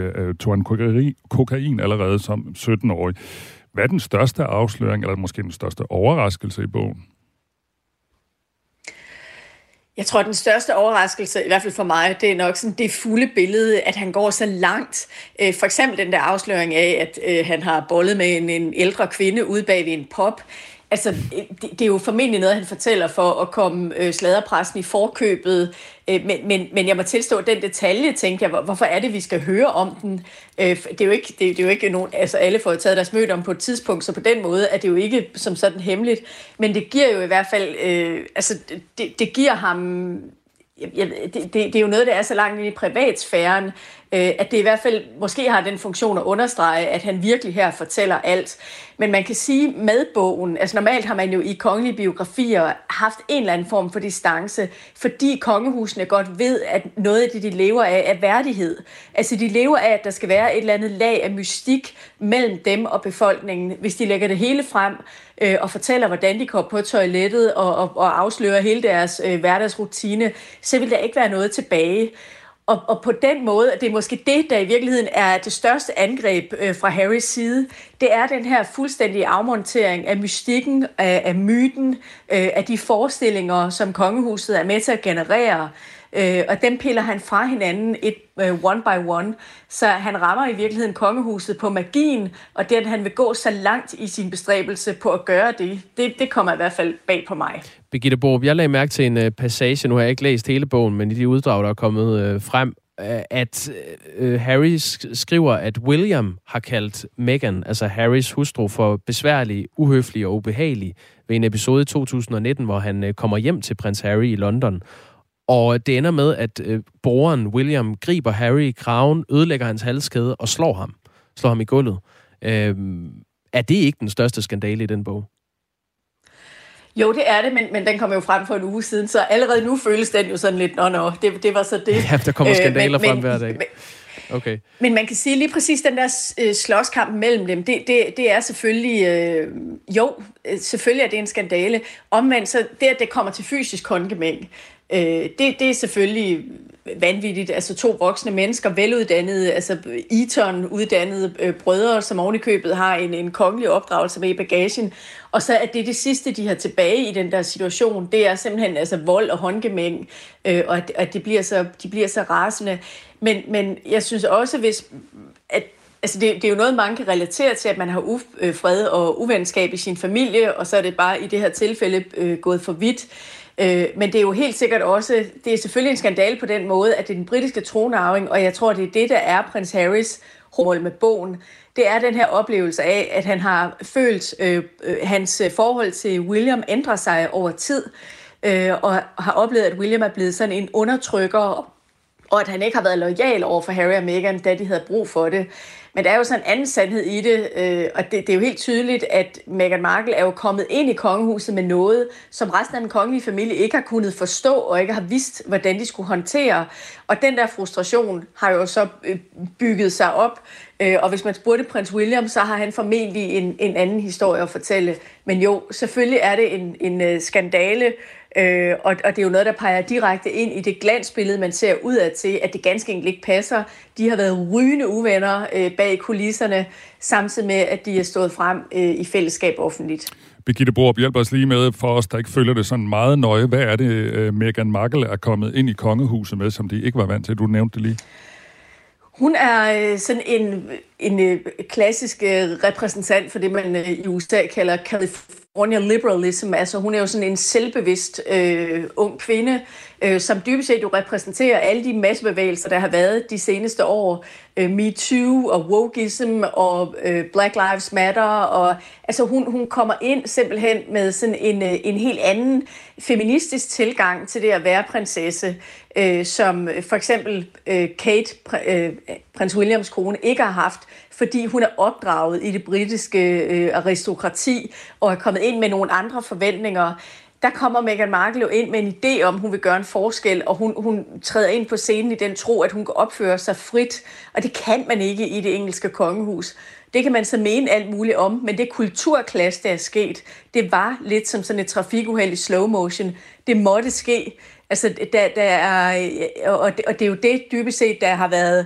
Speaker 4: allerede som 17-årig. Hvad er den største afsløring, eller måske den største overraskelse i bogen?
Speaker 13: Jeg tror, den største overraskelse, i hvert fald for mig, det er nok sådan det fulde billede, at han går så langt. For eksempel den der afsløring af, at han har bollet med en ældre kvinde ude bag ved en pub. Altså, det er jo formentlig noget, han fortæller for at komme sladderpressen i forkøbet. Men jeg må tilstå, at den detalje, tænkte jeg, hvorfor er det, vi skal høre om den? Det er jo ikke nogen, altså alle får taget deres møde om på et tidspunkt, så på den måde er det jo ikke som sådan hemmeligt. Men det giver jo i hvert fald, det giver ham, det er jo noget, der er så langt ind i privatsfæren, at det i hvert fald måske har den funktion at understrege, at han virkelig her fortæller alt. Men man kan sige med bogen, altså normalt har man jo i kongelige biografier haft en eller anden form for distance, fordi kongehusene godt ved, at noget af det, de lever af, er værdighed. Altså de lever af, at der skal være et eller andet lag af mystik mellem dem og befolkningen. Hvis de lægger det hele frem og fortæller, hvordan de går på toilettet og afslører hele deres hverdagsrutine, så vil der ikke være noget tilbage. Og på den måde, det er måske det, der i virkeligheden er det største angreb fra Harrys side, det er den her fuldstændige afmontering af mystikken, af myten, af de forestillinger, som kongehuset er med til at generere. Og dem piller han fra hinanden one by one. Så han rammer i virkeligheden kongehuset på magien, og det, at han vil gå så langt i sin bestræbelse på at gøre det kommer i hvert fald bag på mig.
Speaker 3: Birgitte Borup, jeg lagde mærke til en passage, nu har jeg ikke læst hele bogen, men i de uddrag, der er kommet frem, at Harry skriver, at William har kaldt Meghan, altså Harrys hustru, for besværlig, uhøflig og ubehagelig ved en episode i 2019, hvor han kommer hjem til prins Harry i London. Og det ender med, at broren William griber Harry i kraven, ødelægger hans halskæde og slår ham i gulvet. Er det ikke den største skandale i den bog?
Speaker 13: Jo, det er det, men den kom jo frem for en uge siden, så allerede nu føles den jo sådan lidt, det var så det.
Speaker 3: Ja, der kommer skandaler frem hver dag. Okay.
Speaker 13: Men man kan sige lige præcis, den der slåskamp mellem dem, det er selvfølgelig, selvfølgelig er det en skandale. Omvendt, så det, at det kommer til fysisk håndgemæng, det er selvfølgelig vanvittigt. Altså 2 voksne mennesker, veluddannede, altså Eton-uddannede brødre, som ovenikøbet har en kongelig opdragelse med i bagagen. Og så er det sidste, de har tilbage i den der situation. Det er simpelthen altså vold og håndgemæng, og at de bliver så rasende. Men jeg synes også, altså det er jo noget, mange kan relatere til, at man har ufred og uvenskab i sin familie, og så er det bare i det her tilfælde gået for vidt. Men det er jo helt sikkert også, det er selvfølgelig en skandale på den måde, at det er den britiske tronarving, og jeg tror, det er det, der er prins Harrys mål med bogen. Det er den her oplevelse af, at han har følt hans forhold til William ændre sig over tid, og har oplevet, at William er blevet sådan en undertrykker, og at han ikke har været loyal over for Harry og Meghan, da de havde brug for det. Men der er jo sådan en anden sandhed i det, og det er jo helt tydeligt, at Meghan Markle er jo kommet ind i kongehuset med noget, som resten af den kongelige familie ikke har kunnet forstå, og ikke har vidst, hvordan de skulle håndtere. Og den der frustration har jo så bygget sig op, og hvis man spurgte prins William, så har han formentlig en anden historie at fortælle. Men jo, selvfølgelig er det en skandale, og det er jo noget, der peger direkte ind i det glansbillede, man ser udad til, at det ganske enkelt ikke passer. De har været rygende uvenner bag kulisserne, samtidig med, at de er stået frem i fællesskab offentligt.
Speaker 4: Birgitte Borup, hjælp os lige med, for os, der ikke følger det sådan meget nøje. Hvad er det, Meghan Markle er kommet ind i kongehuset med, som de ikke var vant til? Du nævnte det lige.
Speaker 13: Hun er sådan en klassisk repræsentant for det, man i USA kalder California liberalism. Altså hun er jo sådan en selvbevidst ung kvinde, som dybest set jo repræsenterer alle de massebevægelser, der har været de seneste år. MeToo og wokeism og Black Lives Matter. Og, altså hun kommer ind simpelthen med sådan en helt anden feministisk tilgang til det at være prinsesse, som for eksempel Kate, prins Williams kone, ikke har haft, fordi hun er opdraget i det britiske aristokrati og er kommet ind med nogle andre forventninger. Der kommer Meghan Markle jo ind med en idé om, hun vil gøre en forskel, og hun træder ind på scenen i den tro, at hun kan opføre sig frit, og det kan man ikke i det engelske kongehus. Det kan man så mene alt muligt om, men det kulturklasse, der er sket, det var lidt som sådan et trafikuheld i slow motion. Det måtte ske. Altså, og det er jo det dybest set, der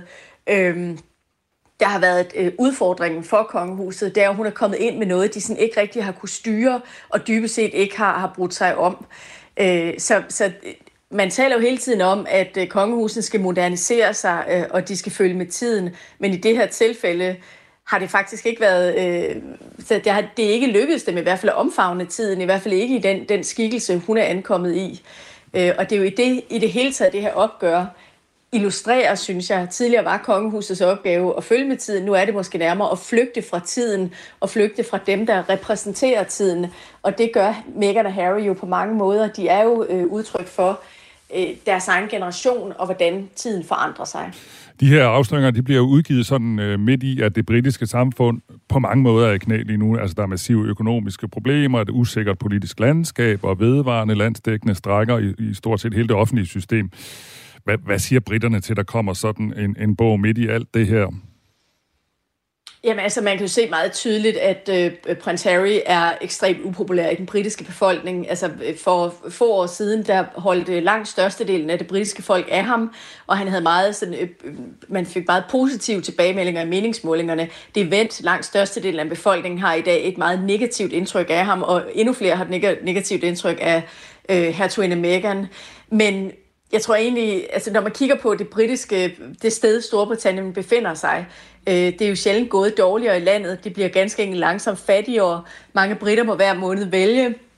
Speaker 13: har været udfordringen for kongehuset, det er, at hun er kommet ind med noget, de sådan ikke rigtig har kunne styre, og dybest set ikke har brudt sig om. Så man taler jo hele tiden om, at kongehuset skal modernisere sig, og de skal følge med tiden, men i det her tilfælde har det faktisk ikke været, det er ikke lykkedes dem i hvert fald at omfavne tiden, i hvert fald ikke i den skikkelse, hun er ankommet i. Og det er jo i det hele taget det her opgør, illustrerer, synes jeg. Tidligere var kongehusets opgave at følge med tiden. Nu er det måske nærmere at flygte fra tiden og flygte fra dem, der repræsenterer tiden. Og det gør Meghan og Harry jo på mange måder. De er jo udtryk for deres egen generation og hvordan tiden forandrer sig.
Speaker 4: De her afsløringer, de bliver jo udgivet sådan midt i, at det britiske samfund på mange måder er i knæ lige nu. Altså der er massive økonomiske problemer, et usikkert politisk landskab og vedvarende landsdækkende strækker i stort set hele det offentlige system. Hvad siger britterne til, der kommer sådan en bog midt i alt det her?
Speaker 13: Jamen altså, man kan jo se meget tydeligt, at prins Harry er ekstremt upopulær i den britiske befolkning. Altså for få år siden, der holdt langt størstedelen af det britiske folk af ham, og han havde meget sådan, man fik meget positive tilbagemeldinger i meningsmålingerne. Det er vendt, langt størstedelen af befolkningen har i dag et meget negativt indtryk af ham, og endnu flere har et negativt indtryk af hertuginde Meghan. Men jeg tror egentlig, altså når man kigger på det sted, Storbritannien befinder sig, det er jo sjældent gået dårligere i landet. Det bliver ganske enkelt langsomt fattigere. Mange britter må hver måned vælge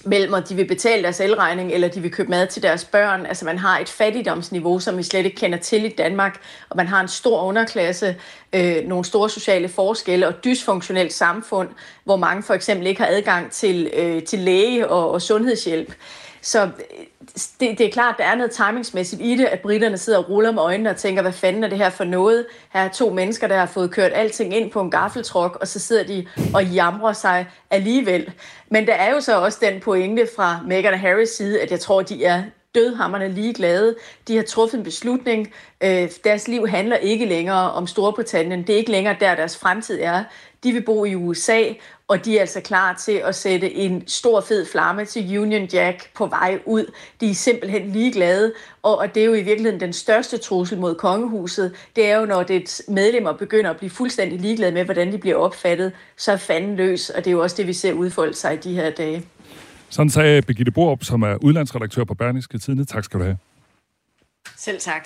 Speaker 13: mellem, at de vil betale deres elregning, eller de vil købe mad til deres børn. Altså man har et fattigdomsniveau, som vi slet ikke kender til i Danmark, og man har en stor underklasse, nogle store sociale forskelle og dysfunktionelt samfund, hvor mange for eksempel ikke har adgang til læge og sundhedshjælp. Så det er klart, at der er noget timingsmæssigt i det, at britterne sidder og ruller med øjnene og tænker, hvad fanden er det her for noget? Her er 2 mennesker, der har fået kørt alting ind på en gaffeltruck, og så sidder de og jamrer sig alligevel. Men der er jo så også den pointe fra Meghan og Harrys side, at jeg tror, de er dødhamrende ligeglade. De har truffet en beslutning. Deres liv handler ikke længere om Storbritannien. Det er ikke længere der, deres fremtid er. De vil bo i USA, og de er altså klar til at sætte en stor fed flamme til Union Jack på vej ud. De er simpelthen ligeglade, og det er jo i virkeligheden den største trussel mod kongehuset. Det er jo, når det medlemmer begynder at blive fuldstændig ligeglade med, hvordan de bliver opfattet, så er fanden løs, og det er jo også det, vi ser udfolde sig i de her dage.
Speaker 4: Sådan sagde Birgitte Borup, som er udlandsredaktør på Berlingske Tidende. Tak skal du have.
Speaker 13: Selv tak.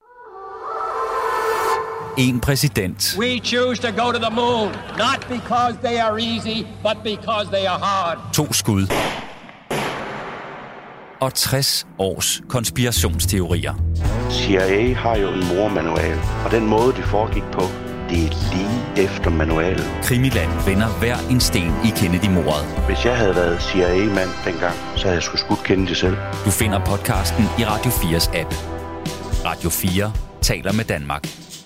Speaker 2: En præsident.
Speaker 14: We choose to go to the moon, not because they are easy, but because they are hard.
Speaker 2: 2 skud. Og 60 års konspirationsteorier.
Speaker 15: CIA har jo en mormanual, og den måde, det foregik på, det er lige efter manualen.
Speaker 2: Krimiland vender hver en sten i Kennedy-mordet.
Speaker 15: Hvis jeg havde været CIA-mand dengang, så havde jeg sgu skudt Kennedy selv.
Speaker 2: Du finder podcasten i Radio 4's app. Radio 4 taler med Danmark.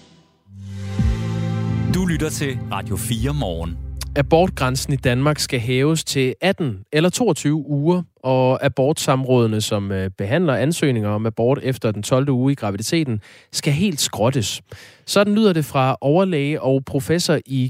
Speaker 2: Du lytter til Radio 4 morgen.
Speaker 3: Abortgrænsen i Danmark skal hæves til 18 eller 22 uger, og abortsamrådene, som behandler ansøgninger om abort efter den 12. uge i graviditeten, skal helt skrottes. Sådan lyder det fra overlæge og professor i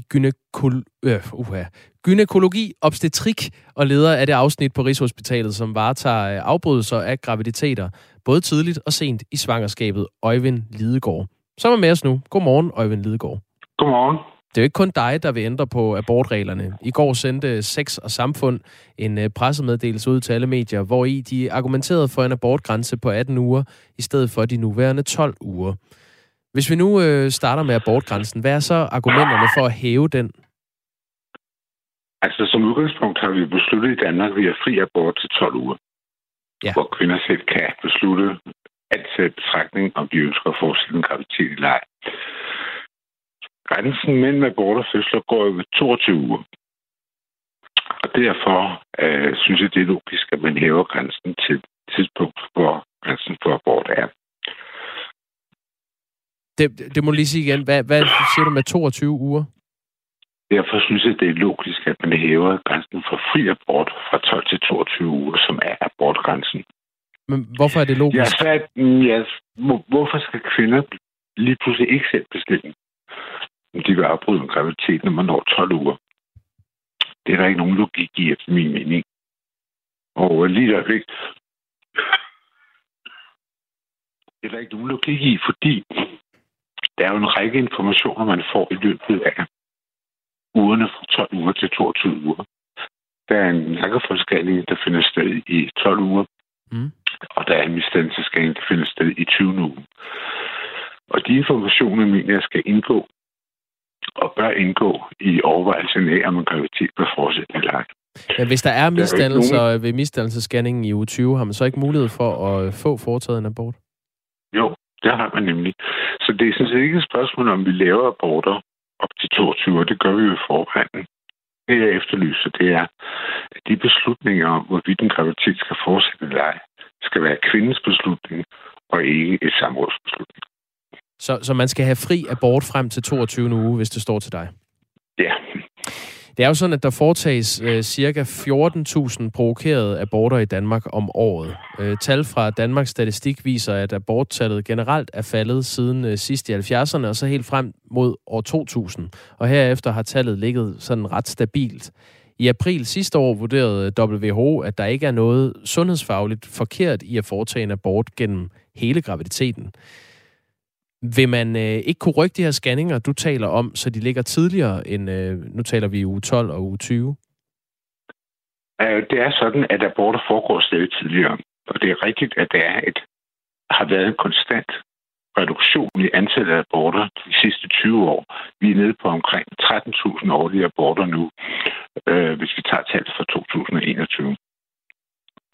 Speaker 3: gynækologi, obstetrik og leder af det afsnit på Rigshospitalet, som varetager afbrydelser af graviditeter, både tidligt og sent i svangerskabet, Øjvind Lidegaard. Som er med os nu. Godmorgen, Øjvind Lidegaard.
Speaker 16: Godmorgen.
Speaker 3: Det er jo ikke kun dig, der vil ændre på abortreglerne. I går sendte Sex og Samfund en pressemeddelelse ud til alle medier, hvor i de argumenterede for en abortgrænse på 18 uger, i stedet for de nuværende 12 uger. Hvis vi nu starter med abortgrænsen, hvad er så argumenterne for at hæve den?
Speaker 16: Altså som udgangspunkt har vi besluttet i Danmark, at vi har fri abort til 12 uger. Ja. Hvor kvinder selv kan beslutte alt til betragtning, om de ønsker at fortsætte en graviditet eller ej. Grænsen mellem abort og fødsler går jo ved 22 uger. Og derfor synes jeg, det er logisk, at man hæver grænsen til tidspunkt, hvor grænsen for abort er.
Speaker 3: Det må lige sige igen. Hvad siger du med 22 uger?
Speaker 16: Derfor synes jeg, det er logisk, at man hæver grænsen for fri abort fra 12 til 22 uger, som er abortgrænsen.
Speaker 3: Men hvorfor er det logisk?
Speaker 16: Hvorfor skal kvinder lige pludselig ikke selv bestemme, om de vil afbryde en graviditet, når man når 12 uger? Det er der ikke nogen logik i, efter min mening. Og lige der det er der ikke nogen logik i, fordi der er jo en række informationer, man får i løbet af ugerne fra 12 uger til 22 uger. Der er en nakkeforskalning, der finder sted i 12 uger, og der er en misdannelsesscanning, der finder sted i 20 uger. Og de informationer, mener jeg, skal indgå og bør indgå i overvejelsen af, om en graviditet bør fortsætte eller ej.
Speaker 3: Ja, hvis der er misdannelser ved misdannelsesscanningen i uge 20, har man så ikke mulighed for at få foretaget en abort?
Speaker 16: Jo, det har man nemlig. Så det er sådan set ikke et spørgsmål, om vi laver aborter op til 22, og det gør vi jo i forvejen. Det jeg efterlyser, det er, at de beslutninger om, hvorvidt en graviditet skal fortsætte eller ej, skal være kvindens beslutning, og ikke et samrådsbeslutning.
Speaker 3: Så man skal have fri abort frem til 22. uge, hvis det står til dig?
Speaker 16: Ja.
Speaker 3: Det er jo sådan, at der foretages cirka 14.000 provokerede aborter i Danmark om året. Tal fra Danmarks Statistik viser, at aborttallet generelt er faldet siden sidst i 70'erne, og så helt frem mod år 2000. Og herefter har tallet ligget sådan ret stabilt. I april sidste år vurderede WHO, at der ikke er noget sundhedsfagligt forkert i at foretage en abort gennem hele graviditeten. Vil man ikke kunne rykke de her scanninger, du taler om, så de ligger tidligere end, nu taler vi uge 12 og uge 20?
Speaker 16: Det er sådan, at aborter foregår stadig tidligere. Og det er rigtigt, at har været en konstant reduktion i antallet af aborter de sidste 20 år. Vi er nede på omkring 13.000 årlige aborter nu, hvis vi tager tallet fra 2021.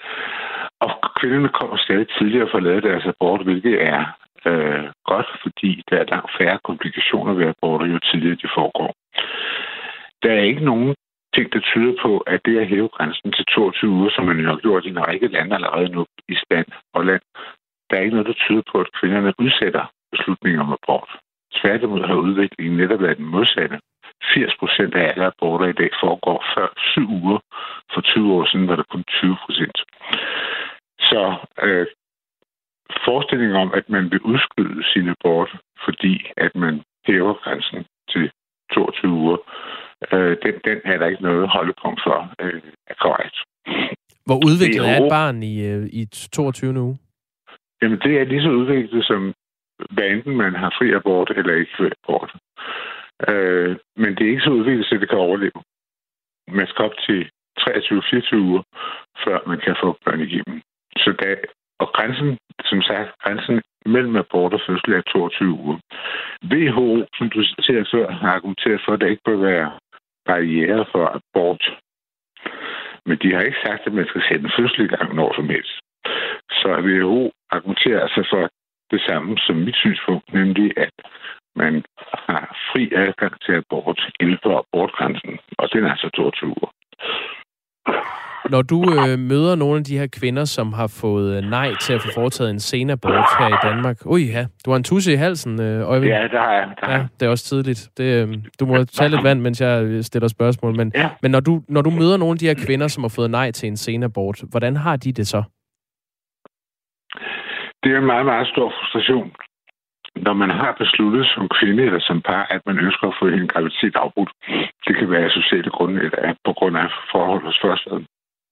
Speaker 16: Og kvinderne kommer stadig tidligere for at lave deres abort, hvilket er godt, fordi der er langt færre komplikationer ved aborter, jo tidligere de foregår. Der er ikke nogen ting, der tyder på, at det at hæve grænsen til 22 uger, som man jo har gjort i en række lande allerede nu, Island og Holland, der er ikke noget, der tyder på, at kvinderne udsætter beslutninger om abort. Tværtimod har udviklingen netop været den modsatte. 80% af alle aborter i dag foregår før 7 uger. For 20 år siden var der kun 20%. Så forestillingen om, at man vil udskyde sin abort, fordi at man hæver grænsen til 22 uger, den er der ikke noget holdepunkt for, er korrekt.
Speaker 3: Hvor udviklet er et barn i 22. uge?
Speaker 16: Jamen, det er lige så udviklet som hvad enten man har fri abort eller ikke fri abort. Men det er ikke så udviklet, så det kan overleve. Man skal op til 23-24 uger, før man kan få børn igennem. Og grænsen, som sagt, grænsen mellem abort og fødsel er 22 uger. WHO, som du citerer før, har argumenteret for, at der ikke bør være barriere for abort. Men de har ikke sagt, at man skal sætte en fødsel i gang når som helst. Så WHO argumenterer altså for det samme som mit synspunkt, nemlig at man har fri adgang til abort inden for abortgrænsen, og den er altså 22 uger.
Speaker 3: Når du møder nogle af de her kvinder, som har fået nej til at få foretaget en senabort her i Danmark. Du har en tusse i halsen, Øjvind.
Speaker 16: Ja, det har jeg.
Speaker 3: Ja, det er også tidligt. Du må tage lidt vand, mens jeg stiller spørgsmål. Men når du møder nogle af de her kvinder, som har fået nej til en senabort, hvordan har de det så?
Speaker 16: Det er en meget, meget stor frustration, når man har besluttet som kvinde eller som par, at man ønsker at få en graviditet afbrudt. Det kan være af sociale grunde eller på grund af forhold hos førstfødende.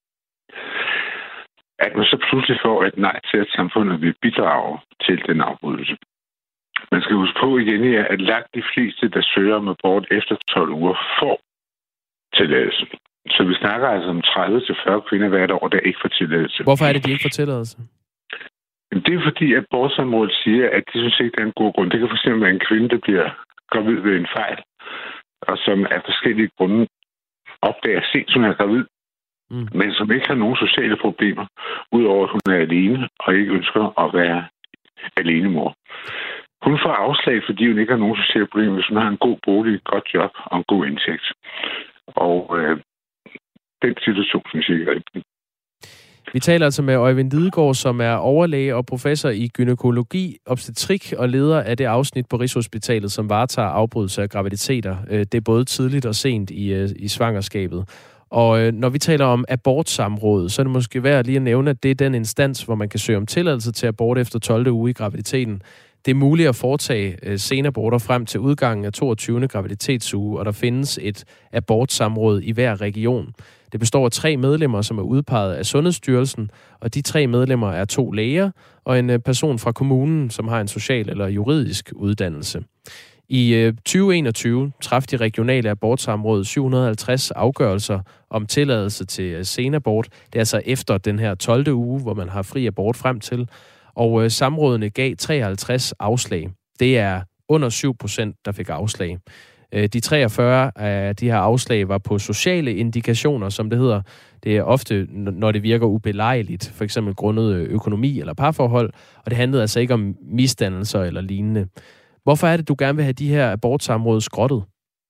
Speaker 16: At man så pludselig får et nej til, at samfundet vil bidrage til den afbrydelse. Man skal huske på igen, at langt de fleste, der søger om abort efter 12 uger, får tilladelse. Så vi snakker altså om 30-40 kvinder hvert år, der ikke får tilladelse.
Speaker 3: Hvorfor er det, de ikke får tilladelse?
Speaker 16: Det er fordi, at abortområdet siger, at de synes ikke, det er en god grund. Det kan fx være en kvinde, der bliver gravid ved en fejl, og som af forskellige grunde opdager sent, som er gravid, men som ikke har nogen sociale problemer, udover at hun er alene og ikke ønsker at være alenemor. Hun får afslag, fordi hun ikke har nogen sociale problemer, hvis hun har en god bolig, et godt job og en god indtægt. Og den situation, synes jeg ikke er rigtig.
Speaker 3: Vi taler altså med Øjvind Lidegaard, som er overlæge og professor i gynækologi, obstetrik og leder af det afsnit på Rigshospitalet, som varetager afbrydelse af graviditeter. Det er både tidligt og sent i svangerskabet. Og når vi taler om abortsamråd, så er det måske værd lige at nævne, at det er den instans, hvor man kan søge om tilladelse til abort efter 12. uge i graviditeten. Det er muligt at foretage senaborter frem til udgangen af 22. graviditetsuge, og der findes et abortsamråd i hver region. Det består af 3 medlemmer, som er udpeget af Sundhedsstyrelsen, og de 3 medlemmer er 2 læger og en person fra kommunen, som har en social eller juridisk uddannelse. I 2021 traf de regionale abortsamråd 750 afgørelser om tilladelse til senabort. Det er altså efter den her 12. uge, hvor man har fri abort frem til. Og samrådene gav 53 afslag. Det er under 7%, der fik afslag. De 43 af de her afslag var på sociale indikationer, som det hedder. Det er ofte, når det virker ubelejligt, for eksempel grundet økonomi eller parforhold, og det handlede altså ikke om misdannelser eller lignende. Hvorfor er det, du gerne vil have de her abortsamråd skrottet?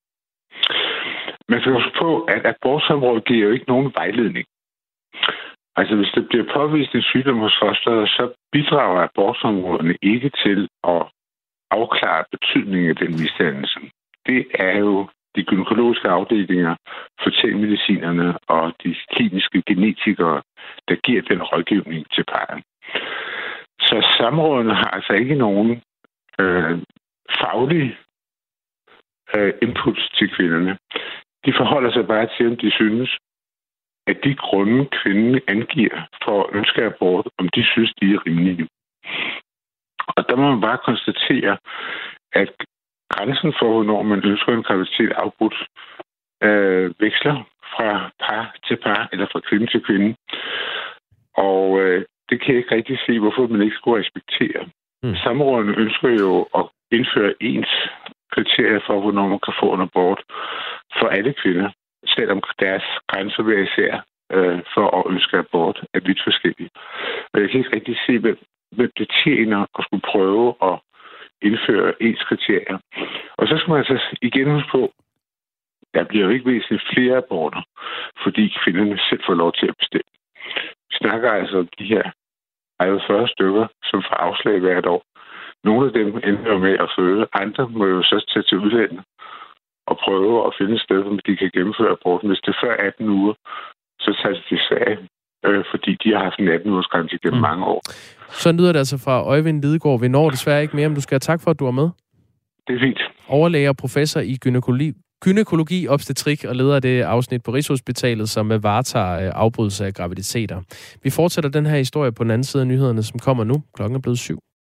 Speaker 16: Man skal huske på, at abortsamrådet giver jo ikke nogen vejledning. Altså, hvis det bliver påvist en sygdom hos fosteret, så bidrager abortområderne ikke til at afklare betydningen af den misdannelse. Det er jo de gynækologiske afdelinger, fertilmedicinerne og de kliniske genetikere, der giver den rådgivning til parret. Så samrådene har altså ikke nogen faglig input til kvinderne. De forholder sig bare til, om de synes, at de grunde, kvinden angiver for at ønske abort, om de synes, de er rimelige. Og der må man bare konstatere, at grænsen for, hvornår man ønsker en graviditet afbrudt, veksler fra par til par, eller fra kvinde til kvinde. Og det kan jeg ikke rigtig se, hvorfor man ikke skulle respektere. Samrådene ønsker jo at indføre ens kriterier for, hvornår man kan få en abort for alle kvinder, selvom deres grænser hver især for at ønske abort er vidt forskellige. Og jeg kan ikke rigtig se, hvem det tjener at skulle prøve at indføre ens kriterier. Og så skal man altså igen huske på, der bliver jo ikke væsentligt flere aborter, fordi kvinderne selv får lov til at bestemme. Vi snakker altså om de her 40 stykker, som får afslag hvert år. Nogle af dem ender jo med at føde. Andre må jo så tage til udlandet og prøve at finde et sted, hvor de kan gennemføre aborten. Hvis det er før 18 uger, så tager de til Sverige, fordi de har haft en 18-ugers grænse gennem mange år.
Speaker 3: Så lyder det altså fra Øjvind Lidegaard. Vi når desværre ikke mere, men du skal have tak for, at du er med.
Speaker 16: Det er fint.
Speaker 3: Overlæge og professor i gynækologi, obstetrik og leder af det afsnit på Rigshospitalet, som varetager afbrydelse af graviditeter. Vi fortsætter den her historie på den anden side af nyhederne, som kommer nu. Klokken er blevet 7.